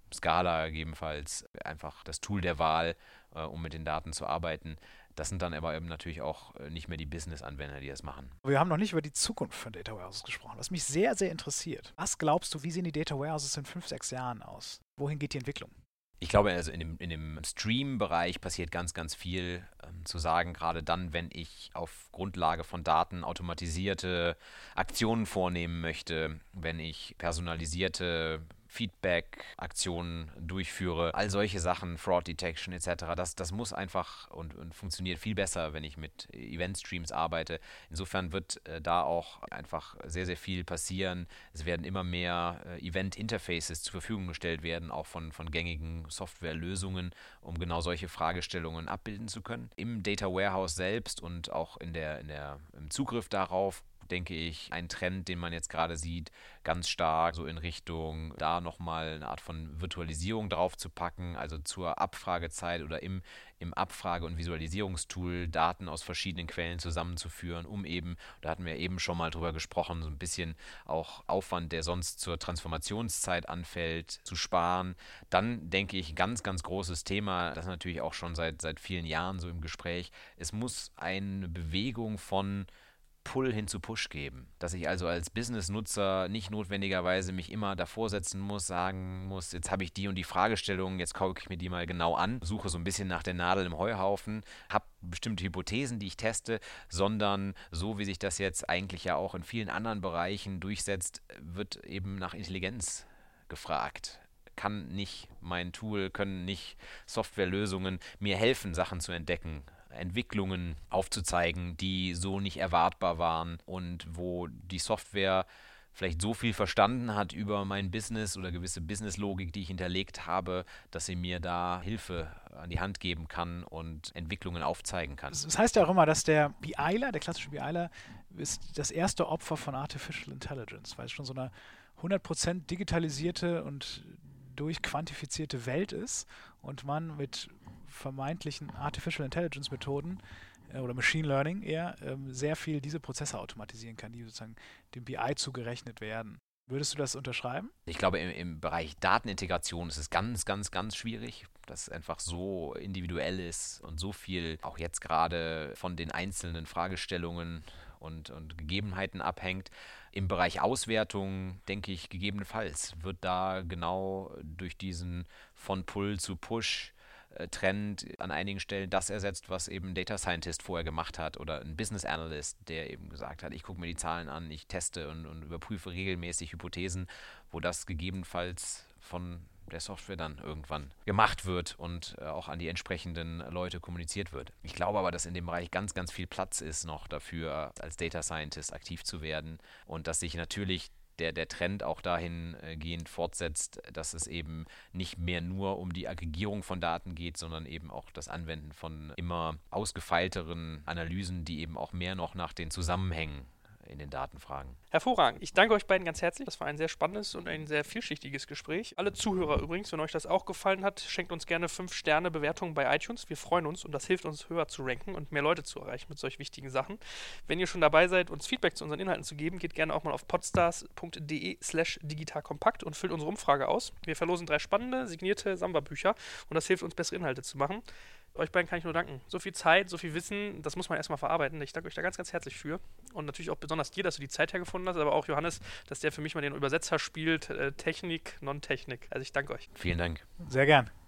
Scala gegebenenfalls einfach das Tool der Wahl, äh, um mit den Daten zu arbeiten. Das sind dann aber eben natürlich auch nicht mehr die Business-Anwender, die das machen. Wir haben noch nicht über die Zukunft von Data Warehouses gesprochen, was mich sehr, sehr interessiert. Was glaubst du, wie sehen die Data Warehouses in fünf, sechs Jahren aus? Wohin geht die Entwicklung? Ich glaube, also in dem, in dem Stream-Bereich passiert ganz, ganz viel ähm, zu sagen, gerade dann, wenn ich auf Grundlage von Daten automatisierte Aktionen vornehmen möchte, wenn ich personalisierte Feedback-Aktionen durchführe, all solche Sachen, Fraud Detection et cetera. Das, das muss einfach und, und funktioniert viel besser, wenn ich mit Event-Streams arbeite. Insofern wird äh, da auch einfach sehr, sehr viel passieren. Es werden immer mehr äh, Event-Interfaces zur Verfügung gestellt werden, auch von, von gängigen Softwarelösungen, um genau solche Fragestellungen abbilden zu können. Im Data Warehouse selbst und auch in der, in der, im Zugriff darauf, denke ich, ein Trend, den man jetzt gerade sieht, ganz stark so in Richtung, da nochmal eine Art von Virtualisierung drauf zu packen, also zur Abfragezeit oder im, im Abfrage- und Visualisierungstool Daten aus verschiedenen Quellen zusammenzuführen, um eben, da hatten wir eben schon mal drüber gesprochen, so ein bisschen auch Aufwand, der sonst zur Transformationszeit anfällt, zu sparen. Dann denke ich, ganz, ganz großes Thema, das natürlich auch schon seit, seit vielen Jahren so im Gespräch, es muss eine Bewegung von Pull hin zu Push geben. Dass ich also als Business-Nutzer nicht notwendigerweise mich immer davor setzen muss, sagen muss, jetzt habe ich die und die Fragestellungen, jetzt gucke ich mir die mal genau an, suche so ein bisschen nach der Nadel im Heuhaufen, habe bestimmte Hypothesen, die ich teste, sondern so wie sich das jetzt eigentlich ja auch in vielen anderen Bereichen durchsetzt, wird eben nach Intelligenz gefragt. Kann nicht mein Tool, können nicht Softwarelösungen mir helfen, Sachen zu entdecken, Entwicklungen aufzuzeigen, die so nicht erwartbar waren und wo die Software vielleicht so viel verstanden hat über mein Business oder gewisse Businesslogik, die ich hinterlegt habe, dass sie mir da Hilfe an die Hand geben kann und Entwicklungen aufzeigen kann. Das heißt ja auch immer, dass der BIler, der klassische BIler, ist das erste Opfer von Artificial Intelligence, weil es schon so eine hundert Prozent digitalisierte und durchquantifizierte Welt ist und man mit vermeintlichen Artificial Intelligence Methoden äh, oder Machine Learning eher ähm, sehr viel diese Prozesse automatisieren kann, die sozusagen dem B I zugerechnet werden. Würdest du das unterschreiben? Ich glaube, im, im Bereich Datenintegration ist es ganz, ganz, ganz schwierig, dass es einfach so individuell ist und so viel auch jetzt gerade von den einzelnen Fragestellungen und, und Gegebenheiten abhängt. Im Bereich Auswertung, denke ich, gegebenenfalls wird da genau durch diesen von Pull zu Push Trend an einigen Stellen das ersetzt, was eben ein Data Scientist vorher gemacht hat oder ein Business Analyst, der eben gesagt hat, ich gucke mir die Zahlen an, ich teste und, und überprüfe regelmäßig Hypothesen, wo das gegebenenfalls von der Software dann irgendwann gemacht wird und äh, auch an die entsprechenden Leute kommuniziert wird. Ich glaube aber, dass in dem Bereich ganz, ganz viel Platz ist noch dafür, als Data Scientist aktiv zu werden und dass sich natürlich Der, der Trend auch dahingehend fortsetzt, dass es eben nicht mehr nur um die Aggregierung von Daten geht, sondern eben auch das Anwenden von immer ausgefeilteren Analysen, die eben auch mehr noch nach den Zusammenhängen in den Daten fragen. Hervorragend. Ich danke euch beiden ganz herzlich. Das war ein sehr spannendes und ein sehr vielschichtiges Gespräch. Alle Zuhörer übrigens, wenn euch das auch gefallen hat, schenkt uns gerne fünf Sterne Bewertungen bei iTunes. Wir freuen uns und das hilft uns, höher zu ranken und mehr Leute zu erreichen mit solch wichtigen Sachen. Wenn ihr schon dabei seid, uns Feedback zu unseren Inhalten zu geben, geht gerne auch mal auf podstars.de slash digitalkompakt und füllt unsere Umfrage aus. Wir verlosen drei spannende, signierte Samba-Bücher und das hilft uns, bessere Inhalte zu machen. Euch beiden kann ich nur danken. So viel Zeit, so viel Wissen, das muss man erstmal verarbeiten. Ich danke euch da ganz, ganz herzlich für. Und natürlich auch besonders dir, dass du die Zeit hergefunden hast, aber auch Johannes, dass der für mich mal den Übersetzer spielt. Äh, Technik, Non-Technik. Also ich danke euch. Vielen Dank. Sehr gern.